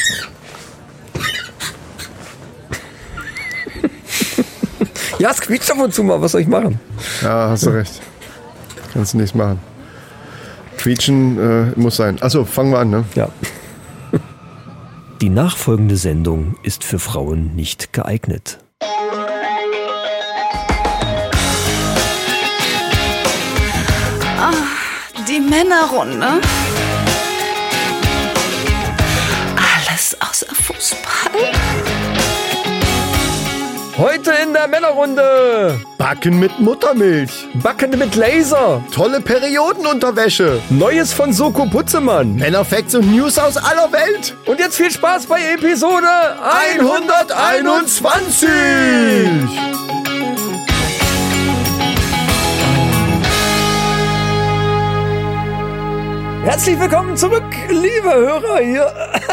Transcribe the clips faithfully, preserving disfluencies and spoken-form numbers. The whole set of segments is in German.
Ja, es quietscht ab und zu mal. Was soll ich machen? Ja, hast du recht. Kannst du nichts machen. Quietschen äh, muss sein. Achso, fangen wir an, ne? Ja. Die nachfolgende Sendung ist für Frauen nicht geeignet. Ah, die Männerrunde. Alles außer Fußball. Heute in der Männerrunde. Backen mit Muttermilch. Backen mit Laser. Tolle Periodenunterwäsche. Neues von Soko Putzemann. Männerfacts und News aus aller Welt. Und jetzt viel Spaß bei Episode hunderteinundzwanzig. Herzlich willkommen zurück, liebe Hörer hier.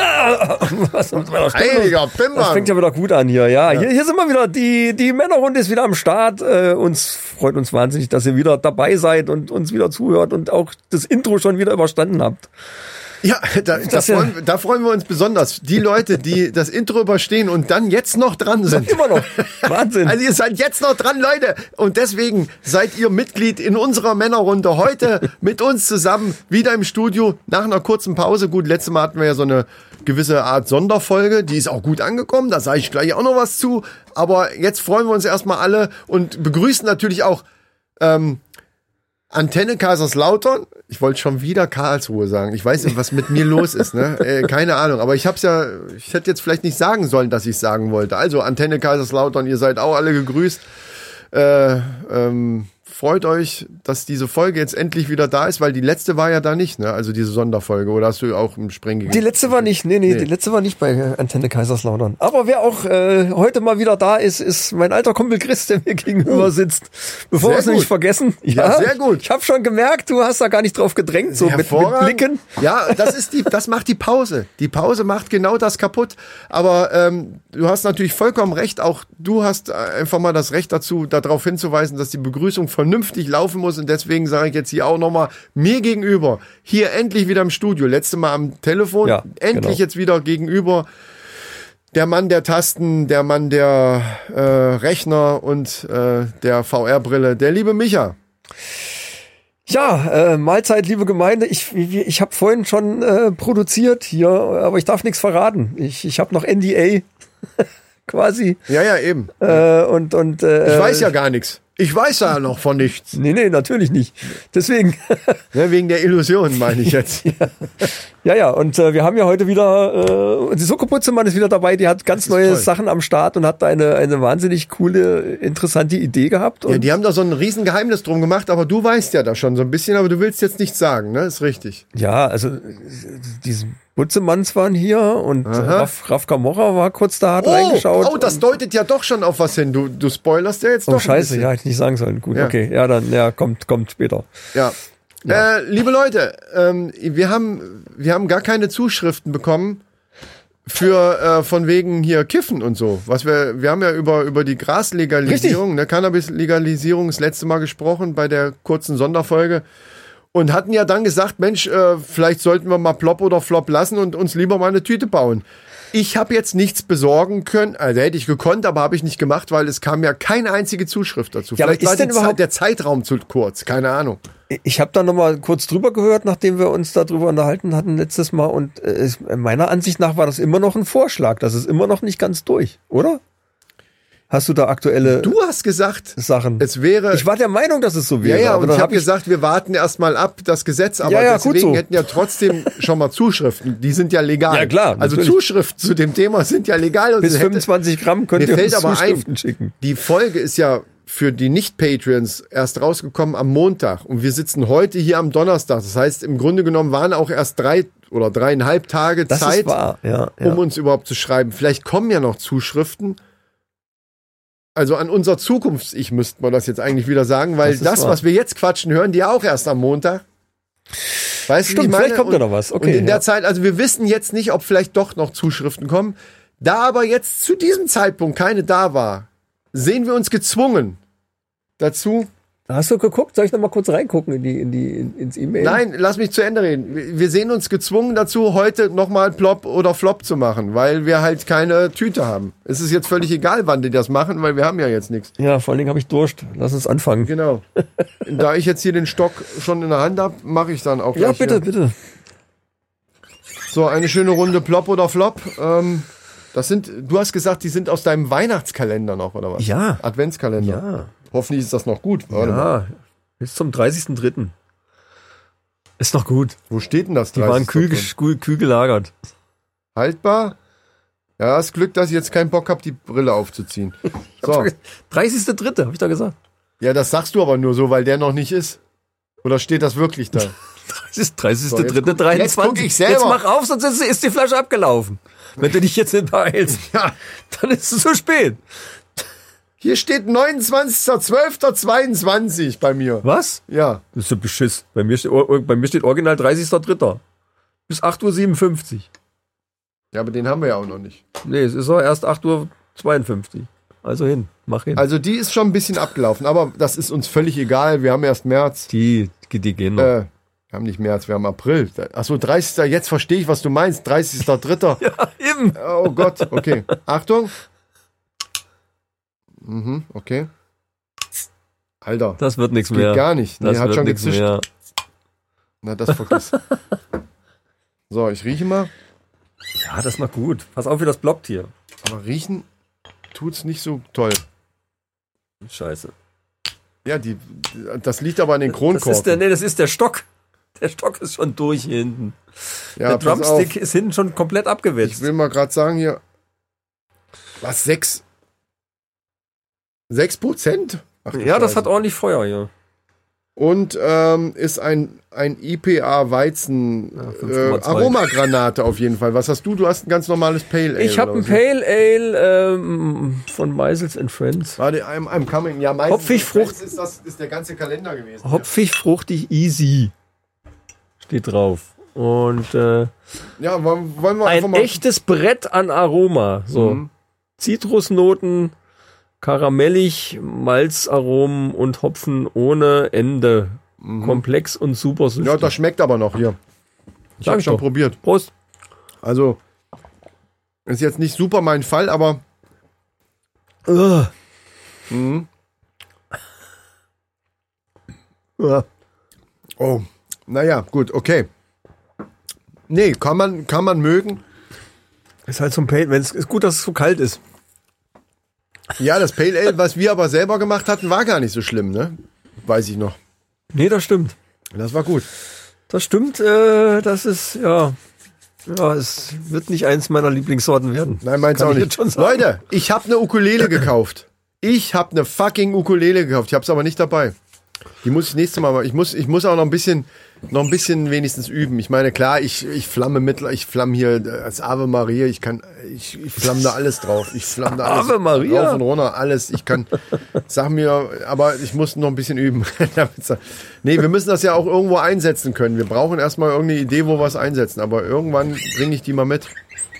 Was mit meiner Stimme? Heiliger Bimbam. Das fängt ja wieder gut an hier. Ja, Ja. Hier, hier sind wir wieder. Die, die Männerrunde ist wieder am Start. Äh, uns freut uns wahnsinnig, dass ihr wieder dabei seid und uns wieder zuhört und auch das Intro schon wieder überstanden habt. Ja, da, da, Das ja- freuen, da freuen wir uns besonders. Die Leute, die das Intro überstehen und dann jetzt noch dran sind. Immer noch. Wahnsinn. Also ihr seid jetzt noch dran, Leute. Und deswegen seid ihr Mitglied in unserer Männerrunde. Heute mit uns zusammen wieder im Studio nach einer kurzen Pause. Gut, letztes Mal hatten wir ja so eine gewisse Art Sonderfolge. Die ist auch gut angekommen. Da sage ich gleich auch noch was zu. Aber jetzt freuen wir uns erstmal alle und begrüßen natürlich auch ähm, Antenne Kaiserslautern. Ich wollte schon wieder Karlsruhe sagen. Ich weiß nicht, was mit mir los ist, ne? Äh, keine Ahnung. Aber ich hab's ja, ich hätte jetzt vielleicht nicht sagen sollen, dass ich sagen wollte. Also Antenne Kaiserslautern, ihr seid auch alle gegrüßt. Äh, ähm, freut euch, dass diese Folge jetzt endlich wieder da ist, weil die letzte war ja da nicht, ne? Also diese Sonderfolge. Oder hast du auch im Sprengen Die letzte war nicht, nee, nee, Nee. die letzte war nicht bei äh, Antenne Kaiserslautern. Aber wer auch äh, heute mal wieder da ist, ist mein alter Kumpel Chris, der mir gegenüber sitzt. Bevor Sehr wir es nämlich gut. vergessen. Ja, sehr gut. Ich habe schon gemerkt, du hast da gar nicht drauf gedrängt, so mit, mit Hervorragend. Blicken. Ja, das ist die, das macht die Pause. Die Pause macht genau das kaputt. Aber ähm, du hast natürlich vollkommen recht. Auch du hast einfach mal das Recht dazu, darauf hinzuweisen, dass die Begrüßung vernünftig laufen muss. Und deswegen sage ich jetzt hier auch nochmal mir gegenüber, hier endlich wieder im Studio. Letzte Mal am Telefon, Ja, endlich genau. jetzt wieder gegenüber. Der Mann der Tasten, der Mann der äh, Rechner und äh, der V R-Brille, der liebe Micha. Ja, äh, Mahlzeit, liebe Gemeinde. Ich, ich, ich habe vorhin schon äh, produziert hier, aber ich darf nichts verraten. Ich, ich habe noch N D A quasi. Ja, ja, eben. Äh, und und äh, Ich weiß ja gar nichts. Ich weiß ja noch von nichts. Nee, nee, natürlich nicht. Deswegen. Ne, wegen der Illusion, meine ich jetzt. Ja, ja, und äh, wir haben ja heute wieder, äh, die Soko Putzemann ist wieder dabei, die hat ganz ist neue toll. Sachen am Start und hat da eine, eine wahnsinnig coole, interessante Idee gehabt. Und Ja, die haben da so ein riesen Geheimnis drum gemacht, aber du weißt ja da schon so ein bisschen, aber du willst jetzt nichts sagen, ne? Ist richtig. ja, also äh, diese Putzemanns waren hier und Aha. Raff, Raff Kamora war kurz da, hat reingeschaut. oh, das und, deutet ja doch schon auf was hin. Du, du spoilerst ja jetzt oh doch ein scheiße, bisschen. ja, hätte ich nicht sagen sollen. Gut, Ja. okay, ja, dann, ja, kommt, kommt später. Ja. Ja. Äh, liebe Leute, ähm, wir haben wir haben gar keine Zuschriften bekommen für äh, von wegen hier Kiffen und so. Was wir wir haben ja über über die Graslegalisierung, ne, Cannabis-Legalisierung das letzte Mal gesprochen bei der kurzen Sonderfolge und hatten ja dann gesagt, Mensch, äh, vielleicht sollten wir mal Plop oder Flop lassen und uns lieber mal eine Tüte bauen. Ich habe jetzt nichts besorgen können, also hätte ich gekonnt, aber habe ich nicht gemacht, weil es kam ja keine einzige Zuschrift dazu. Ja, aber Vielleicht ist war denn die Zeit, überhaupt- der Zeitraum zu kurz, keine Ahnung. Ich habe da noch mal kurz drüber gehört, nachdem wir uns darüber unterhalten hatten letztes Mal. Und äh, es, meiner Ansicht nach war das immer noch ein Vorschlag. Das ist immer noch nicht ganz durch, oder? Hast du da aktuelle Du hast gesagt, Sachen? es wäre... Ich war der Meinung, dass es so ja, wäre. ja, aber und dann ich hab habe gesagt, wir warten erstmal ab, das Gesetz, aber Ja, ja, gut deswegen so. hätten ja trotzdem schon mal Zuschriften. Die sind ja legal. Ja, klar, Also natürlich. Zuschriften zu dem Thema sind ja legal. Und bis es hätte- fünfundzwanzig Gramm könnt Mir ihr fällt uns aber Zuschriften ein, schicken. die Folge ist ja für die Nicht-Patreons erst rausgekommen am Montag. Und wir sitzen heute hier am Donnerstag. Das heißt, im Grunde genommen waren auch erst drei oder dreieinhalb Tage Das Zeit, ist wahr. Ja, ja. um uns überhaupt zu schreiben. Vielleicht kommen ja noch Zuschriften. Also an unser Zukunfts-Ich müsste man das jetzt eigentlich wieder sagen, weil Das ist das, wahr. was wir jetzt quatschen, hören die auch erst am Montag. Weißt du, wie ich Stimmt, meine? vielleicht kommt und, ja noch was. Okay, und in der ja. Zeit, also wir wissen jetzt nicht, ob vielleicht doch noch Zuschriften kommen. Da aber jetzt zu diesem Zeitpunkt keine da war, sehen wir uns gezwungen dazu, Hast du geguckt? Soll ich noch mal kurz reingucken in die, in die, in, ins E-Mail? Nein, lass mich zu Ende reden. Wir wir sehen uns gezwungen dazu, heute nochmal Plop oder Flop zu machen, weil wir halt keine Tüte haben. Es ist jetzt völlig egal, wann die das machen, weil wir haben ja jetzt nichts. Ja, vor allen Dingen habe ich Durst. Lass uns anfangen. Genau. Da ich jetzt hier den Stock schon in der Hand habe, mache ich dann auch Ja, gleich bitte, hier. bitte. So, eine schöne Runde Plop oder Flop. Ähm, das sind, du hast gesagt, die sind aus deinem Weihnachtskalender noch, oder was? Ja. Adventskalender. Ja. Hoffentlich ist das noch gut. Warte mal. Ja, bis zum dreißigsten dritten Ist noch gut. Wo steht denn das? Die waren dreißig kühl, kühl, kühl gelagert. Haltbar? Ja, das Glück, dass ich jetzt keinen Bock habe, die Brille aufzuziehen. So. dreißigster dritte habe ich da gesagt. Ja, das sagst du aber nur so, weil der noch nicht ist. Oder steht das wirklich da? dreißigster dritte So, dreiundzwanzig jetzt guck ich selber. Jetzt mach auf, sonst ist, ist die Flasche abgelaufen. Wenn du dich jetzt nicht beeilst, Ja. dann ist es zu spät. Hier steht neunundzwanzigster zwölfter zweiundzwanzig bei mir. Was? Ja. Das ist so beschiss. Bei mir steht, or- bei mir steht original dreißigster dritter Bis acht Uhr siebenundfünfzig. Ja, aber den haben wir ja auch noch nicht. Nee, es ist auch erst acht Uhr zweiundfünfzig. Also hin, mach hin. Also die ist schon ein bisschen abgelaufen, aber das ist uns völlig egal. Wir haben erst März. die, die, die gehen noch. Äh, wir haben nicht März, wir haben April. Achso, dreißigster Jetzt verstehe ich, was du meinst. dreißigster dritter Ja, eben. Oh Gott, okay. Achtung. Mhm, okay. Alter, Das wird nichts geht mehr. gar nicht. Nee, Das hat wird schon nichts gezischt. mehr. Na, das vergiss. So, ich rieche mal. Ja, das ist noch gut. Pass auf, wie das blockt hier. Aber riechen tut's nicht so toll. Scheiße. Ja, die, das liegt aber an den Das Kronkorken. ist der, nee, das ist der Stock. Der Stock ist schon durch hier hinten. ja, der pass auf. Drumstick ist hinten schon komplett Ich abgewetzt. will mal gerade sagen hier. Was, sechs? Sechs Prozent? Ach, du Ja, das Scheiße. hat ordentlich Feuer hier. Und ähm, ist ein, ein I P A-Weizen Ja, fünf äh, Komma zwei. Aromagranate auf jeden Fall. Was hast du? Du hast ein ganz normales Pale Ale. Ich habe oder ein was? Pale Ale ähm, von Meisels and Friends. Warte, I'm, I'm coming. Ja, meistens Hopfig, Frucht. Ist, das, ist der ganze Kalender gewesen. Hopfig, fruchtig, easy. Steht drauf. Und äh, Ja, wollen, wollen wir einfach ein mal... echtes Brett an Aroma. So Mhm. Zitrusnoten, karamellig, Malzaromen und Hopfen ohne Ende. Komplex und super süffig. Ja, das schmeckt aber noch hier. Ich Sag habe ich schon doch. probiert. Prost. Also, ist jetzt nicht super mein Fall, aber Ugh. Mhm. Ja. oh, naja, gut, okay. Nee, kann man, kann man mögen. Ist halt so ein Pale, wenn es ist gut, dass es so kalt ist. Ja, das Pale Ale, was wir aber selber gemacht hatten, war gar nicht so schlimm, ne? Weiß ich noch. Nee, das stimmt. Das war gut. Das stimmt, äh, das ist, ja. Ja, es wird nicht eins meiner Lieblingssorten werden. Nein, meins Kann auch ich nicht. jetzt schon sagen. Leute, ich habe eine Ukulele gekauft. Ich habe eine fucking Ukulele gekauft. Ich habe es aber nicht dabei. Die muss ich nächstes Mal, ich muss, ich muss auch noch ein bisschen, noch ein bisschen wenigstens üben. Ich meine, klar, ich, ich flamme mit, ich flamme hier als Ave Maria, ich kann, ich, ich flamme da alles drauf. Ich flamme da alles Ave Maria? rauf und runter, alles. Ich kann, sag mir, aber ich muss noch ein bisschen üben. Nee, wir müssen das ja auch irgendwo einsetzen können. Wir brauchen erstmal irgendeine Idee, wo wir es einsetzen. Aber irgendwann bringe ich die mal mit.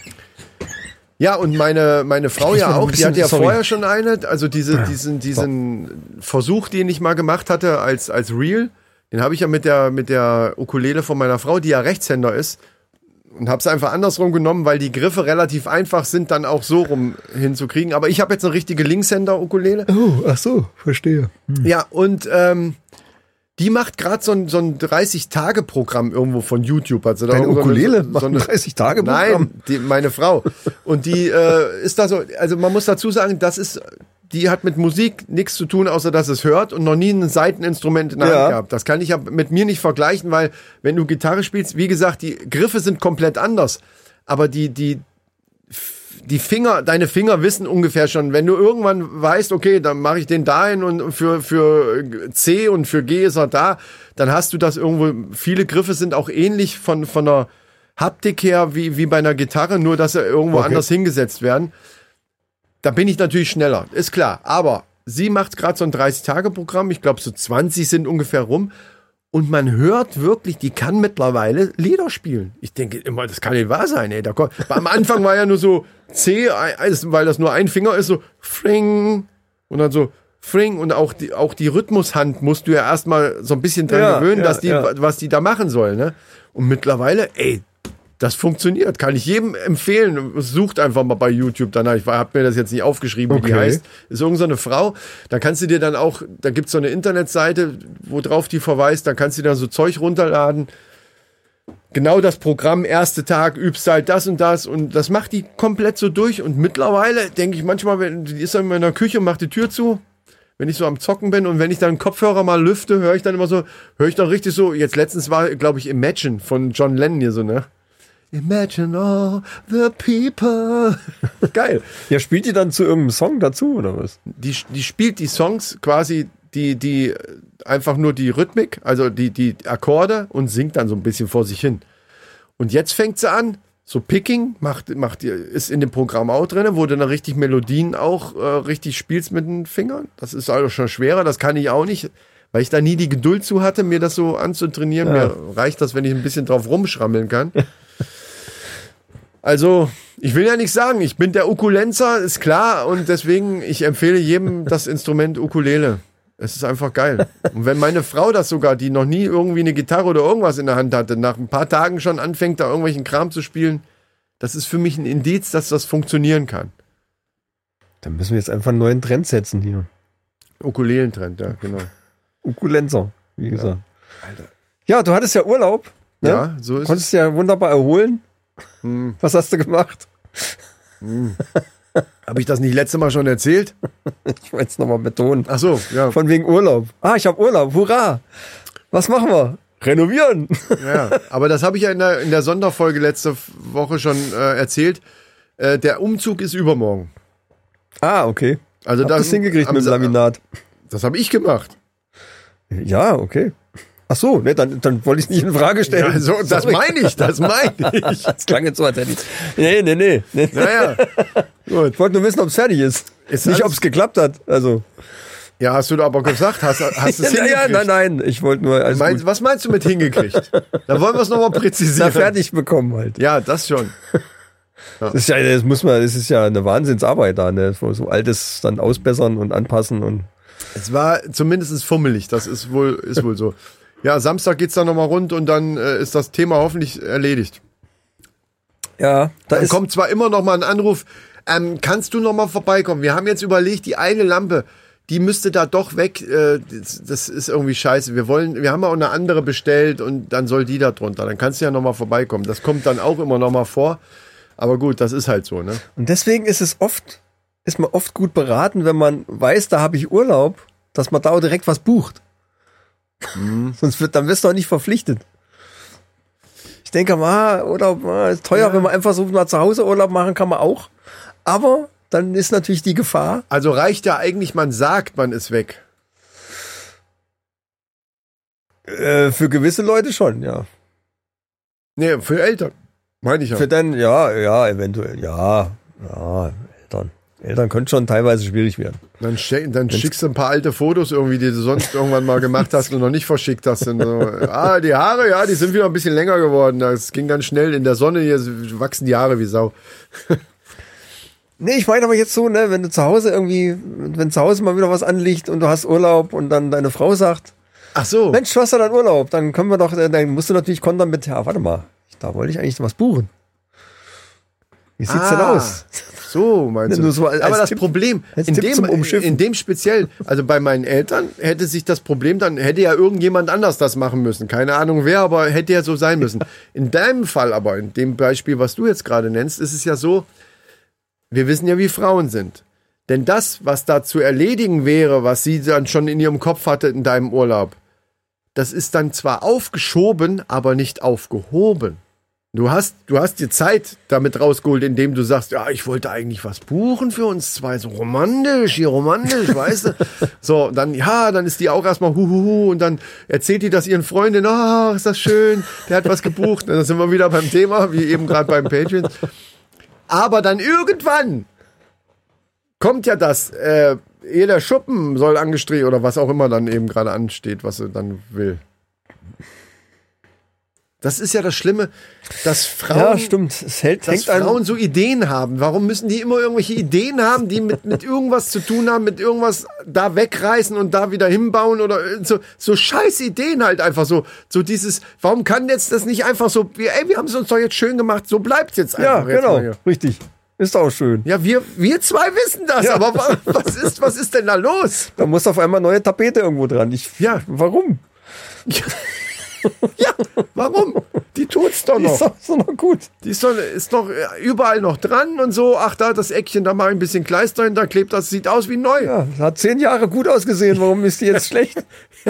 Ja, und meine, meine Frau ja muss mal ein auch, die bisschen- hat ja sorry. vorher schon eine, also diese, diesen, diesen Versuch, den ich mal gemacht hatte als, als Reel, den habe ich ja mit der, mit der Ukulele von meiner Frau, die ja Rechtshänder ist, und habe es einfach andersrum genommen, weil die Griffe relativ einfach sind, dann auch so rum hinzukriegen. Aber ich habe jetzt eine richtige Linkshänder-Ukulele. Oh, ach so, verstehe. Ja, und ähm, die macht gerade so ein, so ein dreißig-Tage-Programm irgendwo von YouTube. Also da Deine irgendwo Ukulele so, so macht ein eine, dreißig-Tage-Programm? Nein, die, meine Frau. Und die äh, ist da so, also man muss dazu sagen, das ist, die hat mit Musik nichts zu tun, außer dass es hört und noch nie ein Saiteninstrument in der Ja. Hand gehabt. Das kann ich ja mit mir nicht vergleichen, weil wenn du Gitarre spielst, wie gesagt, die Griffe sind komplett anders. Aber die, die, die Finger, deine Finger wissen ungefähr schon, wenn du irgendwann weißt, okay, dann mache ich den dahin und für, für C und für G ist er da, dann hast du das irgendwo, viele Griffe sind auch ähnlich von, von der Haptik her wie, wie bei einer Gitarre, nur dass sie irgendwo Okay. anders hingesetzt werden. Da bin ich natürlich schneller, ist klar. Aber sie macht gerade so ein dreißig-Tage-Programm, ich glaube so zwanzig sind ungefähr rum. Und man hört wirklich, die kann mittlerweile Lieder spielen. Ich denke immer, das kann nicht wahr sein. Ey. Da kommt, am Anfang war ja nur so C, weil das nur ein Finger ist, so fling. Und dann so Fring und auch die, auch die Rhythmushand musst du ja erstmal so ein bisschen dran Ja, gewöhnen, ja, dass die, ja. was die da machen soll, ne? Und mittlerweile, ey, das funktioniert. Kann ich jedem empfehlen. Sucht einfach mal bei YouTube danach. Ich habe mir das jetzt nicht aufgeschrieben, wie die Okay. heißt. Ist irgend so eine Frau. Da kannst du dir dann auch, da gibt's so eine Internetseite, wo drauf die verweist. Da kannst du dir dann so Zeug runterladen. Genau das Programm, erste Tag, übst halt das und das. Und das macht die komplett so durch. Und mittlerweile denke ich manchmal, wenn die ist dann in der Küche und macht die Tür zu. Wenn ich so am Zocken bin und wenn ich dann einen Kopfhörer mal lüfte, höre ich dann immer so, höre ich dann richtig so, jetzt letztens war, glaube ich, Imagine von John Lennon hier so, ne? Imagine all the people. Geil. Ja, spielt die dann zu irgendeinem Song dazu, oder was? Die, die spielt die Songs quasi, die, die, einfach nur die Rhythmik, also die, die Akkorde und singt dann so ein bisschen vor sich hin. Und jetzt fängt sie an, so Picking, macht, macht, ist in dem Programm auch drin, wo du dann richtig Melodien auch äh, richtig spielst mit den Fingern. Das ist also schon schwerer, das kann ich auch nicht, weil ich da nie die Geduld zu hatte, mir das so anzutrainieren. Ja. Mir reicht das, wenn ich ein bisschen drauf rumschrammeln kann. Also, ich will ja nicht sagen, ich bin der Ukulenzer, ist klar, und deswegen, ich empfehle jedem das Instrument Ukulele. Es ist einfach geil. Und wenn meine Frau das sogar, die noch nie irgendwie eine Gitarre oder irgendwas in der Hand hatte, nach ein paar Tagen schon anfängt, da irgendwelchen Kram zu spielen, das ist für mich ein Indiz, dass das funktionieren kann. Dann müssen wir jetzt einfach einen neuen Trend setzen hier. Ukulelentrend, ja, genau. Ukulenzer, wie gesagt. Alter. Ja, du hattest ja Urlaub. Ne? Ja, so ist es. Konntest ja wunderbar erholen. Hm. Was hast du gemacht? Habe ich das nicht letzte Mal schon erzählt? Ich wollte es nochmal betonen. Ach so, ja. Von wegen Urlaub. Ah, ich habe Urlaub. Hurra. Was machen wir? Renovieren. Ja, aber das habe ich ja in der, in der Sonderfolge letzte Woche schon äh, erzählt. Äh, der Umzug ist übermorgen. Ah, okay. Also Hab das, das hingekriegt am mit dem Sa- Laminat. Das habe ich gemacht. Ja, okay. Ach so, ne, dann, dann wollte ich es nicht in Frage stellen. Ja, so, das Sorry. meine ich, das meine ich. Das klang jetzt so, als hätte ich... Nee, nee, nee. nee. Naja, gut. Ich wollte nur wissen, ob es fertig ist. Ist Nicht, alles- ob es geklappt hat. Also. Ja, hast du da aber gesagt, hast, hast du es Ja, ja, hingekriegt? nein, nein. Ich wollte nur... Alles Meinst, gut. was meinst du mit hingekriegt? Da wollen wir es nochmal Na, präzisieren. fertig bekommen halt. Ja, das schon. Das ist ja, das muss man, das ist ja eine Wahnsinnsarbeit da, ne? So, so altes dann ausbessern und anpassen und. Es war zumindest fummelig, das ist wohl, ist wohl so. Ja, Samstag geht's dann nochmal rund und dann äh, ist das Thema hoffentlich erledigt. Ja, da Dann ist. kommt zwar immer noch mal ein Anruf, ähm, kannst du noch mal vorbeikommen? Wir haben jetzt überlegt, die eine Lampe, die müsste da doch weg. Äh, das, das ist irgendwie scheiße. Wir wollen, wir haben auch eine andere bestellt und dann soll die da drunter. Dann kannst du ja noch mal vorbeikommen. Das kommt dann auch immer noch mal vor. Aber gut, das ist halt so, ne? Und deswegen ist es oft, ist man oft gut beraten, wenn man weiß, da habe ich Urlaub, dass man da auch direkt was bucht. Mhm. Sonst wird, dann wirst du auch nicht verpflichtet. Ich denke mal, Urlaub ah, ist teuer, Ja. wenn man einfach so mal zu Hause Urlaub machen kann man auch. Aber dann ist natürlich die Gefahr. Also reicht ja eigentlich, man sagt, man ist weg. Äh, für gewisse Leute schon, ja. Nee, für Eltern. Meine ich ja. Für dann, ja, ja, eventuell, ja, ja, Eltern. Eltern können schon teilweise schwierig werden. Dann, schick, dann schickst du ein paar alte Fotos irgendwie, die du sonst irgendwann mal gemacht hast und noch nicht verschickt hast. Und so, ah, die Haare, ja, die sind wieder ein bisschen länger geworden. Das ging ganz schnell in der Sonne, hier wachsen die Haare wie Sau. Nee, ich meine aber jetzt so, ne, wenn du zu Hause irgendwie, wenn zu Hause mal wieder was anliegt und du hast Urlaub und dann deine Frau sagt, Ach so. Mensch, du hast ja dann Urlaub, dann können wir doch, dann musst du natürlich kontern mit, ja, warte mal, da wollte ich eigentlich was buchen. Wie sieht's denn Ah, aus? So, meinst du? Nur so als Aber das Tipp- Problem, als in Tipp dem, zum Umschiffen. in dem speziell, also bei meinen Eltern hätte sich das Problem dann, hätte ja irgendjemand anders das machen müssen. Keine Ahnung wer, aber hätte ja so sein müssen. In deinem Fall aber, in dem Beispiel, was du jetzt gerade nennst, ist es ja so, wir wissen ja, wie Frauen sind. Denn das, was da zu erledigen wäre, was sie dann schon in ihrem Kopf hatte in deinem Urlaub, das ist dann zwar aufgeschoben, aber nicht aufgehoben. Du hast, du hast dir Zeit damit rausgeholt, indem du sagst, ja, ich wollte eigentlich was buchen für uns zwei, so romantisch, hier romantisch, weißt du? So, dann, ja, dann ist die auch erstmal huhuhu und dann erzählt die das ihren Freundinnen, ach, ist das schön, der hat was gebucht. Und dann sind wir wieder beim Thema, wie eben gerade beim Patreon. Aber dann irgendwann kommt ja das, äh, jeder Schuppen soll angestrichen oder was auch immer dann eben gerade ansteht, was er dann will. Das ist ja das Schlimme, dass Frauen, Ja, stimmt. Es hält, dass hängt an. Frauen so Ideen haben. Warum müssen die immer irgendwelche Ideen haben, die mit, mit irgendwas zu tun haben, mit irgendwas da wegreißen und da wieder hinbauen oder so, so scheiß Ideen halt einfach so. So dieses, warum kann jetzt das nicht einfach so, ey, wir haben es uns doch jetzt schön gemacht, so bleibt's jetzt Ja, einfach. Jetzt genau. mal hier. Richtig. Ist auch schön. Ja, wir, wir zwei wissen das, Ja. aber wa- was ist, was ist denn da los? Da muss auf einmal neue Tapete irgendwo dran. Ich, Ja. Warum? Ja, warum? Die tut's doch Die ist noch. doch so noch gut. Die ist doch, ist doch überall noch dran und so. Ach, da das Eckchen, da mal ein bisschen Kleister hin, da klebt das, sieht aus wie neu. Ja, hat zehn Jahre gut ausgesehen. Warum ist die jetzt schlecht?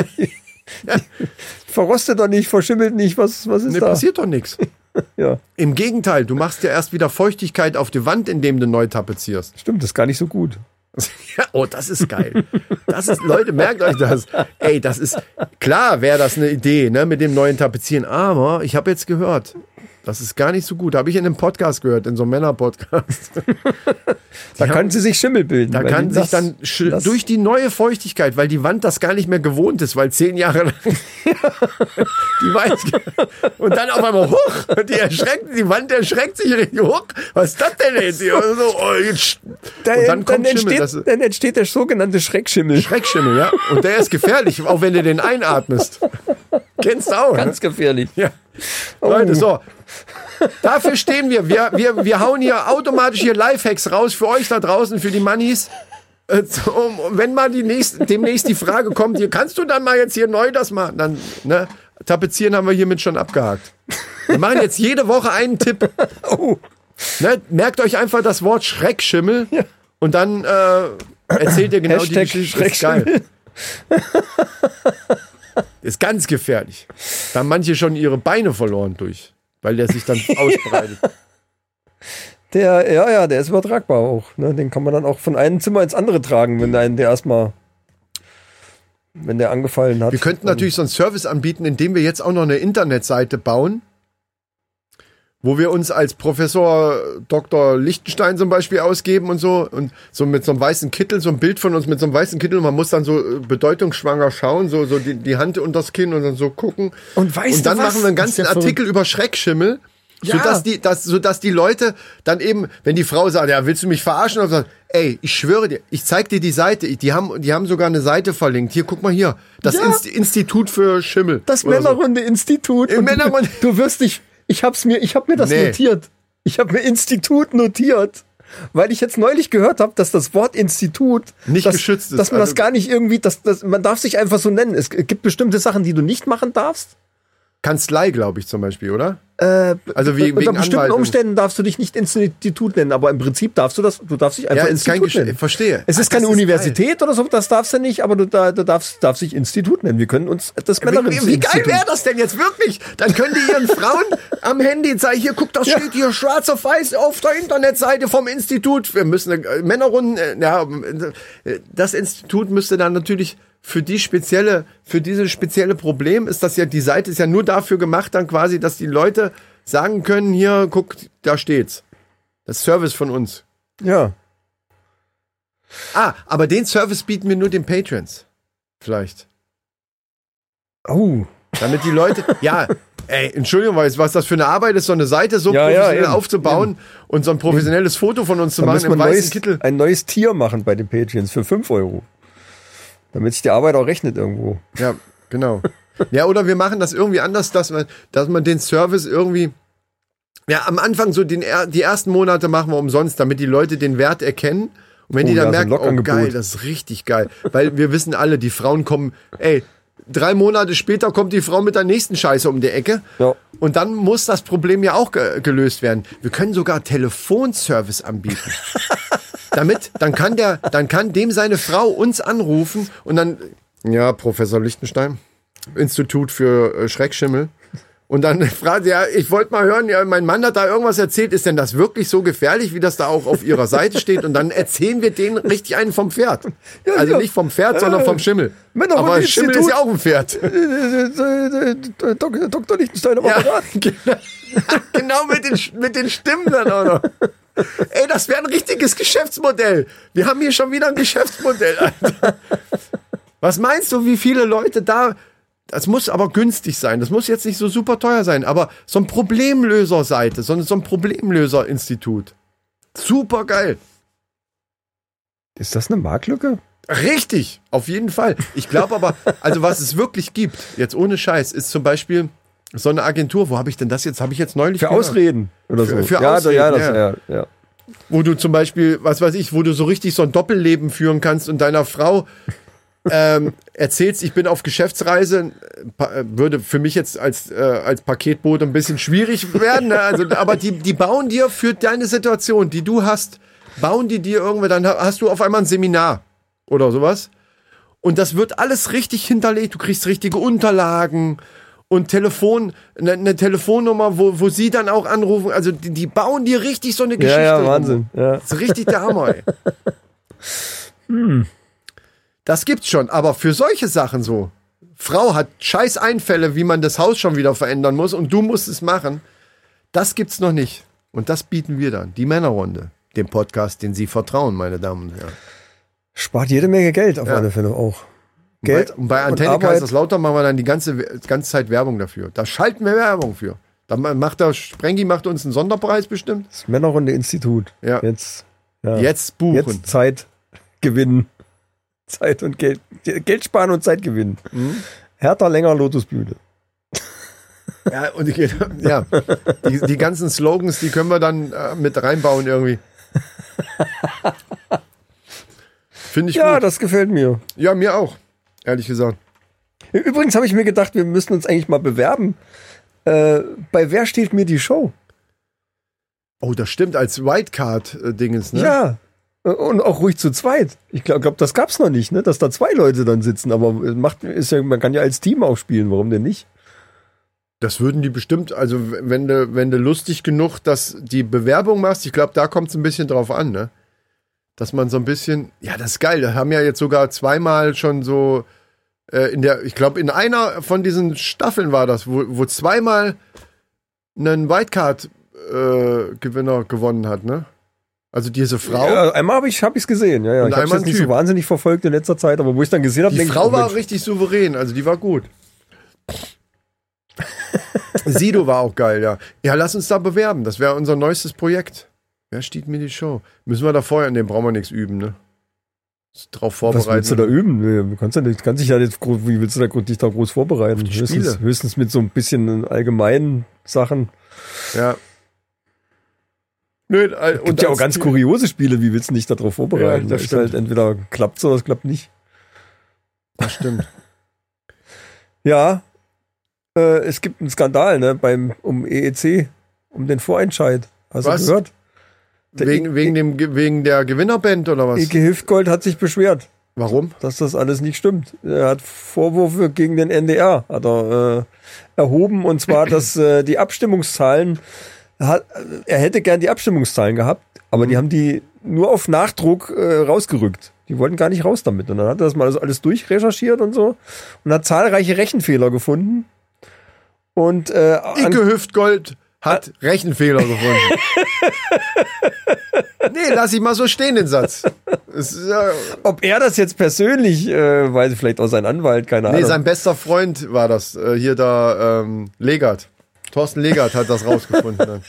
Verrostet doch nicht, verschimmelt nicht. Was, was ist Ne, da? passiert doch nichts. Ja, Im Gegenteil, du machst ja erst wieder Feuchtigkeit auf die Wand, indem du neu tapezierst. stimmt, das ist gar nicht so gut. Ja, oh, das ist geil. Das ist, Leute, merkt euch das. Ey, das ist, klar wäre das eine Idee, ne, mit dem neuen Tapezieren. Aber ich habe jetzt gehört, das ist gar nicht so gut. Habe ich in einem Podcast gehört, in so einem Männer-Podcast. Da kann sie sich Schimmel bilden. Da weil kann die sich das- dann sch- das- durch die neue Feuchtigkeit, weil die Wand das gar nicht mehr gewohnt ist, weil zehn Jahre lang die weiß und dann auf einmal hoch, die erschreckt, die Wand erschreckt sich richtig hoch. Was ist das denn jetzt hier? Und, so, oh, jetzt, Da, und dann kommt Schimmel. entsteht, Das ist dann entsteht der sogenannte Schreckschimmel. Schreckschimmel, ja. Und der ist gefährlich, auch wenn du den einatmest. Kennst du auch, Ganz gefährlich. ne? Ja. Leute, so. Dafür stehen wir. Wir, wir. wir hauen hier automatisch hier Lifehacks raus für euch da draußen, für die Mannis. Äh, so, um, wenn mal die nächste, demnächst die Frage kommt, hier kannst du dann mal jetzt hier neu das machen, dann, ne, tapezieren haben wir hiermit schon abgehakt. Wir machen jetzt jede Woche einen Tipp. Oh. Ne, merkt euch einfach das Wort Schreckschimmel und dann äh, erzählt ihr genau Hashtag die Geschichte. Ist geil. Ist ganz gefährlich. Da haben manche schon ihre Beine verloren durch, weil der sich dann ausbreitet. Der, ja, ja, der ist übertragbar auch. Ne? Den kann man dann auch von einem Zimmer ins andere tragen, wenn der einen der erstmal, wenn der angefallen hat. Wir könnten Dann- natürlich so einen Service anbieten, indem wir jetzt auch noch eine Internetseite bauen, wo wir uns als Professor Doktor Lichtenstein zum Beispiel ausgeben und so und so mit so einem weißen Kittel, so ein Bild von uns mit so einem weißen Kittel und man muss dann so äh, bedeutungsschwanger schauen, so, so die, die Hand unters Kinn und dann so gucken. Und weißt und dann du was? machen wir einen Das ist ganzen ja verrückt. Artikel über Schreckschimmel, Ja. sodass die, dass, sodass die Leute dann eben, wenn die Frau sagt, ja, willst du mich verarschen? Oder sagt, ey, ich schwöre dir, ich zeig dir die Seite, die haben, die haben sogar eine Seite verlinkt. Hier, guck mal hier, das Ja. Inst- Institut für Schimmel. Das oder so. Männerrunde-Institut. Im Und du- Männerrunde- Du wirst dich, ich hab's mir, ich hab mir das Nee. notiert. Ich habe mir Institut notiert, weil ich jetzt neulich gehört habe, dass das Wort Institut Nicht dass, geschützt ist. dass man Also- das gar nicht irgendwie, dass, dass man darf sich einfach so nennen. Es gibt bestimmte Sachen, die du nicht machen darfst. Kanzlei, glaube ich, zum Beispiel, oder? Äh, Also wie- unter wegen bestimmten Anwalt und- Umständen darfst du dich nicht Institut nennen, aber im Prinzip darfst du das, du darfst dich einfach Ja, ist kein Institut Gesch- nennen. verstehe. Es ist Ach, das keine ist Universität oder so, das darfst du nicht, aber du, da, du darfst, darfst dich Institut nennen. Wir können uns das Wie, wie, wie geil Männerinstitut. wäre das denn jetzt wirklich? Dann können die ihren Frauen am Handy zeigen, hier, guck, das steht hier schwarz auf weiß auf der Internetseite vom Institut. Wir müssen äh, Männerrunden, äh, ja, äh, das Institut müsste dann natürlich für die spezielle, für dieses spezielle Problem ist das ja, die Seite ist ja nur dafür gemacht dann quasi, dass die Leute sagen können, hier, guck, da steht's. Das ist Service von uns. Ja. Ah, aber den Service bieten wir nur den Patrons. Vielleicht. Oh. Damit die Leute, ja, ey, Entschuldigung, was was das für eine Arbeit ist, so eine Seite so Ja, ja, professionell eben, aufzubauen und so ein professionelles Foto von uns zu Da machen müssen wir im ein weißen neues, Kittel. ein neues Tier machen bei den Patreons für fünf Euro. Damit sich die Arbeit auch rechnet irgendwo. Ja, genau. Ja, oder wir machen das irgendwie anders, dass man, dass man den Service irgendwie, ja, am Anfang so den, er- die ersten Monate machen wir umsonst, damit die Leute den Wert erkennen. Und wenn Oh, die dann ja, so ein merken, oh Lockangebot. geil, das ist richtig geil. Weil wir wissen alle, die Frauen kommen, ey, drei Monate später kommt die Frau mit der nächsten Scheiße um die Ecke. Ja. Und dann muss das Problem ja auch ge gelöst werden. Wir können sogar Telefonservice anbieten. Damit, dann kann der, dann kann dem seine Frau uns anrufen und dann, ja, Professor Lichtenstein, Institut für äh, Schreckschimmel. Und dann fragt sie, ja, ich wollte mal hören, ja, mein Mann hat da irgendwas erzählt, ist denn das wirklich so gefährlich, wie das da auch auf ihrer Seite steht? Und dann erzählen wir denen richtig einen vom Pferd. Also ja. nicht vom Pferd, sondern vom Schimmel. Männer- Aber und Schimmel ist Institut. ja auch ein Pferd. Dok- Doktor Lichtenstein am Ja, Apparat. genau, genau mit, den, mit den Stimmen dann auch noch. Ey, das wäre ein richtiges Geschäftsmodell. Wir haben hier schon wieder ein Geschäftsmodell, Alter. Was meinst du, wie viele Leute da... das muss aber günstig sein. Das muss jetzt nicht so super teuer sein, aber so ein Problemlöser-Seite, so, so ein Problemlöser-Institut. Super geil. Ist das eine Marktlücke? Richtig, auf jeden Fall. Ich glaube aber, also was es wirklich gibt, jetzt ohne Scheiß, ist zum Beispiel so eine Agentur. Wo habe ich denn das jetzt? Habe ich jetzt neulich Für gehört? Ausreden oder so. Für, für ja, Ausreden, ja, das, ja. ja, ja. Wo du zum Beispiel, was weiß ich, wo du so richtig so ein Doppelleben führen kannst und deiner Frau ähm, erzählst, ich bin auf Geschäftsreise, pa- würde für mich jetzt als, äh, als Paketbote ein bisschen schwierig werden, ne? Also, aber die, die bauen dir für deine Situation, die du hast, bauen die dir irgendwie, dann hast du auf einmal ein Seminar oder sowas und das wird alles richtig hinterlegt, du kriegst richtige Unterlagen und Telefon, eine, eine Telefonnummer, wo, wo sie dann auch anrufen, also die, die bauen dir richtig so eine Geschichte. Ja, ja, rum. Wahnsinn. Ja. Das ist richtig der Hammer, ey. hm. Das gibt's schon, aber für solche Sachen so, Frau hat scheiß Einfälle, wie man das Haus schon wieder verändern muss und du musst es machen, das gibt's noch nicht. Und das bieten wir dann, die Männerrunde, dem Podcast, den Sie vertrauen, meine Damen und Herren. Spart jede Menge Geld auf Ja. alle Fälle auch. Geld Und bei, und bei Antenne Arbeit. Kaiserslautern machen wir dann die ganze, ganze Zeit Werbung dafür. Da schalten wir Werbung für. Da macht der Sprengi macht uns einen Sonderpreis bestimmt. Das Männerrunde Institut. Ja. Jetzt, ja. Jetzt buchen. Jetzt Zeit gewinnen. Zeit und Geld. Geld sparen und Zeit gewinnen. Mhm. Härter, länger, Lotusbühne. Ja, und die, ja, die, die ganzen Slogans, die können wir dann äh, mit reinbauen irgendwie. Finde ich Ja, gut. das gefällt mir. Ja, mir auch, ehrlich gesagt. Übrigens habe ich mir gedacht, wir müssen uns eigentlich mal bewerben. Äh, bei Wer steht mir die Show? Oh, das stimmt, als Whitecard-Dingens, ne? Ja. Und auch ruhig zu zweit. Ich glaube, glaub, das gab's noch nicht, ne? Dass da zwei Leute dann sitzen. Aber macht, ist ja, man kann ja als Team auch spielen. Warum denn nicht? Das würden die bestimmt, also wenn du, wenn du lustig genug dass die Bewerbung machst, ich glaube, da kommt es ein bisschen drauf an, ne? Dass man so ein bisschen, ja, das ist geil, da haben ja jetzt sogar zweimal schon so äh, in der, ich glaube, in einer von diesen Staffeln war das, wo, wo zweimal einen Wildcard-Gewinner gewonnen hat, ne? Also diese Frau. Ja, einmal habe ich es gesehen. Ja, ja. Und Ich habe es einmal jetzt ein nicht Typ. so wahnsinnig verfolgt in letzter Zeit, aber wo ich dann gesehen habe, Die denke Frau ich, oh, war Mensch, richtig souverän, also die war gut. Sido war auch geil, ja. Ja, lass uns da bewerben. Das wäre unser neuestes Projekt. Wer steht mir die Show? Müssen wir da vorher, in dem brauchen wir nichts üben, ne? Drauf vorbereiten. was willst du da üben? Du kannst, ja nicht, kannst dich ja nicht, groß- wie willst du da, dich da groß vorbereiten? die Höchstens, Spiele. höchstens mit so ein bisschen allgemeinen Sachen. Ja. Nö, äh, Es gibt ja auch ganz kuriose Spiele, wie willst du dich da drauf vorbereiten? Ja, das ist stimmt. halt entweder klappt so oder es klappt nicht. Das stimmt. Ja, äh, es gibt einen Skandal, ne, beim, um E E C, um den Vorentscheid. Hast Was? du gehört? Der Wegen, E- wegen, dem, Ge- wegen der Gewinnerband oder was? Ike Hüftgold hat sich beschwert, Warum? dass das alles nicht stimmt. Er hat Vorwürfe gegen den N D R hat er, äh, erhoben, und zwar, dass äh, die Abstimmungszahlen, hat, er hätte gern die Abstimmungszahlen gehabt, aber die haben die nur auf Nachdruck äh, rausgerückt. Die wollten gar nicht raus damit. Und dann hat er das mal alles durchrecherchiert und so und hat zahlreiche Rechenfehler gefunden. Und äh, an- Ike Hüftgold hat Rechenfehler gefunden. Nee, lass ich mal so stehen, den Satz. Es ist, äh, ob er das jetzt persönlich, äh, weiß ich, vielleicht auch sein Anwalt, keine nee, Ahnung. sein bester Freund war das. Äh, hier da, ähm, Legert. Thorsten Legert hat das rausgefunden. Dann.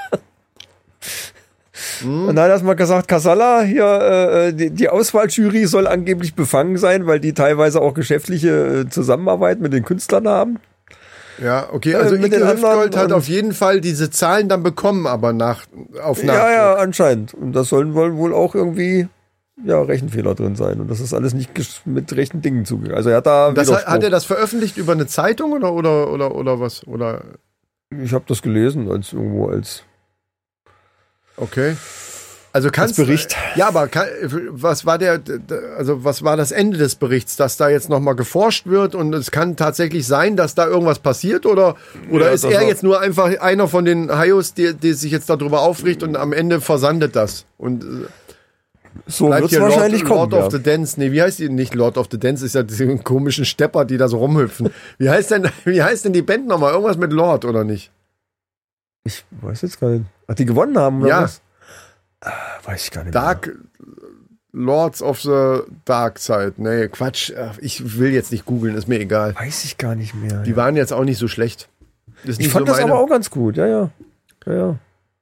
Und dann hat er erst mal gesagt, Casalla, hier, äh, die, die Auswahljury soll angeblich befangen sein, weil die teilweise auch geschäftliche äh, Zusammenarbeit mit den Künstlern haben. Ja, okay, also Äh, mit Ike den anderen Hüftgold hat und- auf jeden Fall diese Zahlen dann bekommen, aber nach, auf Nachdruck. Ja, ja, anscheinend. Und das sollen wohl, wohl auch irgendwie, ja, Rechenfehler drin sein. Und das ist alles nicht gesch- mit rechten Dingen zugegangen. Also er hat da Das hat, Widerspruch. hat er das veröffentlicht über eine Zeitung oder, oder, oder, oder was? Oder, Ich habe das gelesen als irgendwo als okay. Also kannst Als Bericht. Ja, aber kann, was war der, also was war das Ende des Berichts, dass da jetzt nochmal geforscht wird und es kann tatsächlich sein, dass da irgendwas passiert oder, oder Ja, ist das er war- jetzt nur einfach einer von den Hayos, die, die sich jetzt darüber aufregt und am Ende versandet das und äh, so bleibt wird es hier wahrscheinlich Lord, kommen. Lord of Ja. the Dance. Nee, wie heißt die? Nicht Lord of the Dance, ist ja diese komischen Stepper, die da so rumhüpfen. Wie heißt denn, wie heißt denn die Band nochmal? Irgendwas mit Lord oder nicht? Ich weiß jetzt gar nicht. Ach, die gewonnen haben oder Ja. was? Ah, weiß ich gar nicht. Dark Lords of the Dark Side. Nee, Quatsch. Ich will jetzt nicht googeln, ist mir egal. Weiß ich gar nicht mehr. Die ja. waren jetzt auch nicht so schlecht. Ist Ich nicht fand so das meine- aber auch ganz gut, ja, ja. Ja, ja.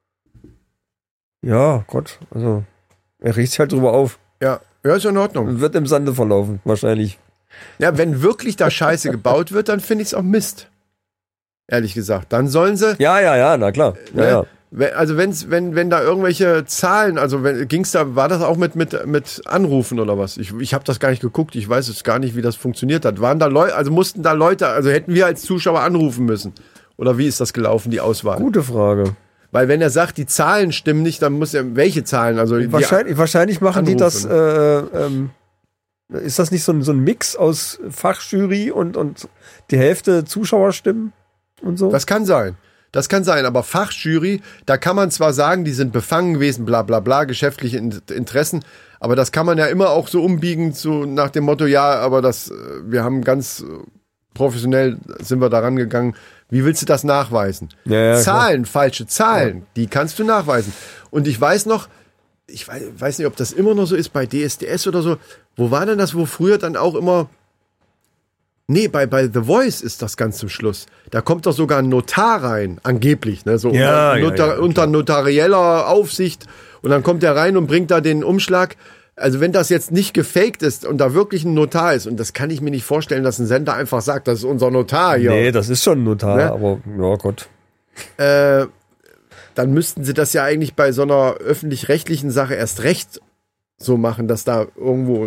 Ja, Gott, also er riecht sich halt drüber auf. Ja, ja, ist in Ordnung. Und wird im Sande verlaufen, wahrscheinlich. Ja, wenn wirklich da Scheiße gebaut wird, dann finde ich es auch Mist. Ehrlich gesagt. Dann sollen sie. Ja, ja, ja, na klar. Ja, ne, ja. wenn- Also wenn's, wenn, wenn da irgendwelche Zahlen, also wenn, ging's da, war das auch mit, mit, mit Anrufen oder was? Ich, ich habe das gar nicht geguckt, ich weiß jetzt gar nicht, wie das funktioniert hat. Waren da Leute, also mussten da Leute, also hätten wir als Zuschauer anrufen müssen? Oder wie ist das gelaufen, die Auswahl? Gute Frage. Weil wenn er sagt, die Zahlen stimmen nicht, dann muss er, welche Zahlen? Also die- Wahrscheinlich, wahrscheinlich machen die Anrufe, das, äh, ähm, ist das nicht so ein, so ein Mix aus Fachjury und, und die Hälfte Zuschauerstimmen und so? Das kann sein. Das kann sein, aber Fachjury, da kann man zwar sagen, die sind befangen gewesen, bla bla bla, geschäftliche In- Interessen, aber das kann man ja immer auch so umbiegen, so nach dem Motto, ja, aber das, äh, wir haben ganz äh, professionell sind wir daran gegangen. Wie willst du das nachweisen? Ja, ja, Zahlen, falsche Zahlen, die kannst du nachweisen. Und ich weiß noch, ich weiß, weiß nicht, ob das immer noch so ist bei D S D S oder so. Wo war denn das, wo früher dann auch immer... Nee, bei, bei The Voice ist das ganz zum Schluss. Da kommt doch sogar ein Notar rein, angeblich, ne? So Ja, unter, ja, Notar, ja, unter notarieller Aufsicht. Und dann kommt er rein und bringt da den Umschlag. Also wenn das jetzt nicht gefaked ist und da wirklich ein Notar ist, und das kann ich mir nicht vorstellen, dass ein Sender einfach sagt, das ist unser Notar hier. Nee, das ist schon ein Notar, Ne? aber ja Gott. Äh, dann müssten sie das ja eigentlich bei so einer öffentlich-rechtlichen Sache erst recht so machen, dass da irgendwo...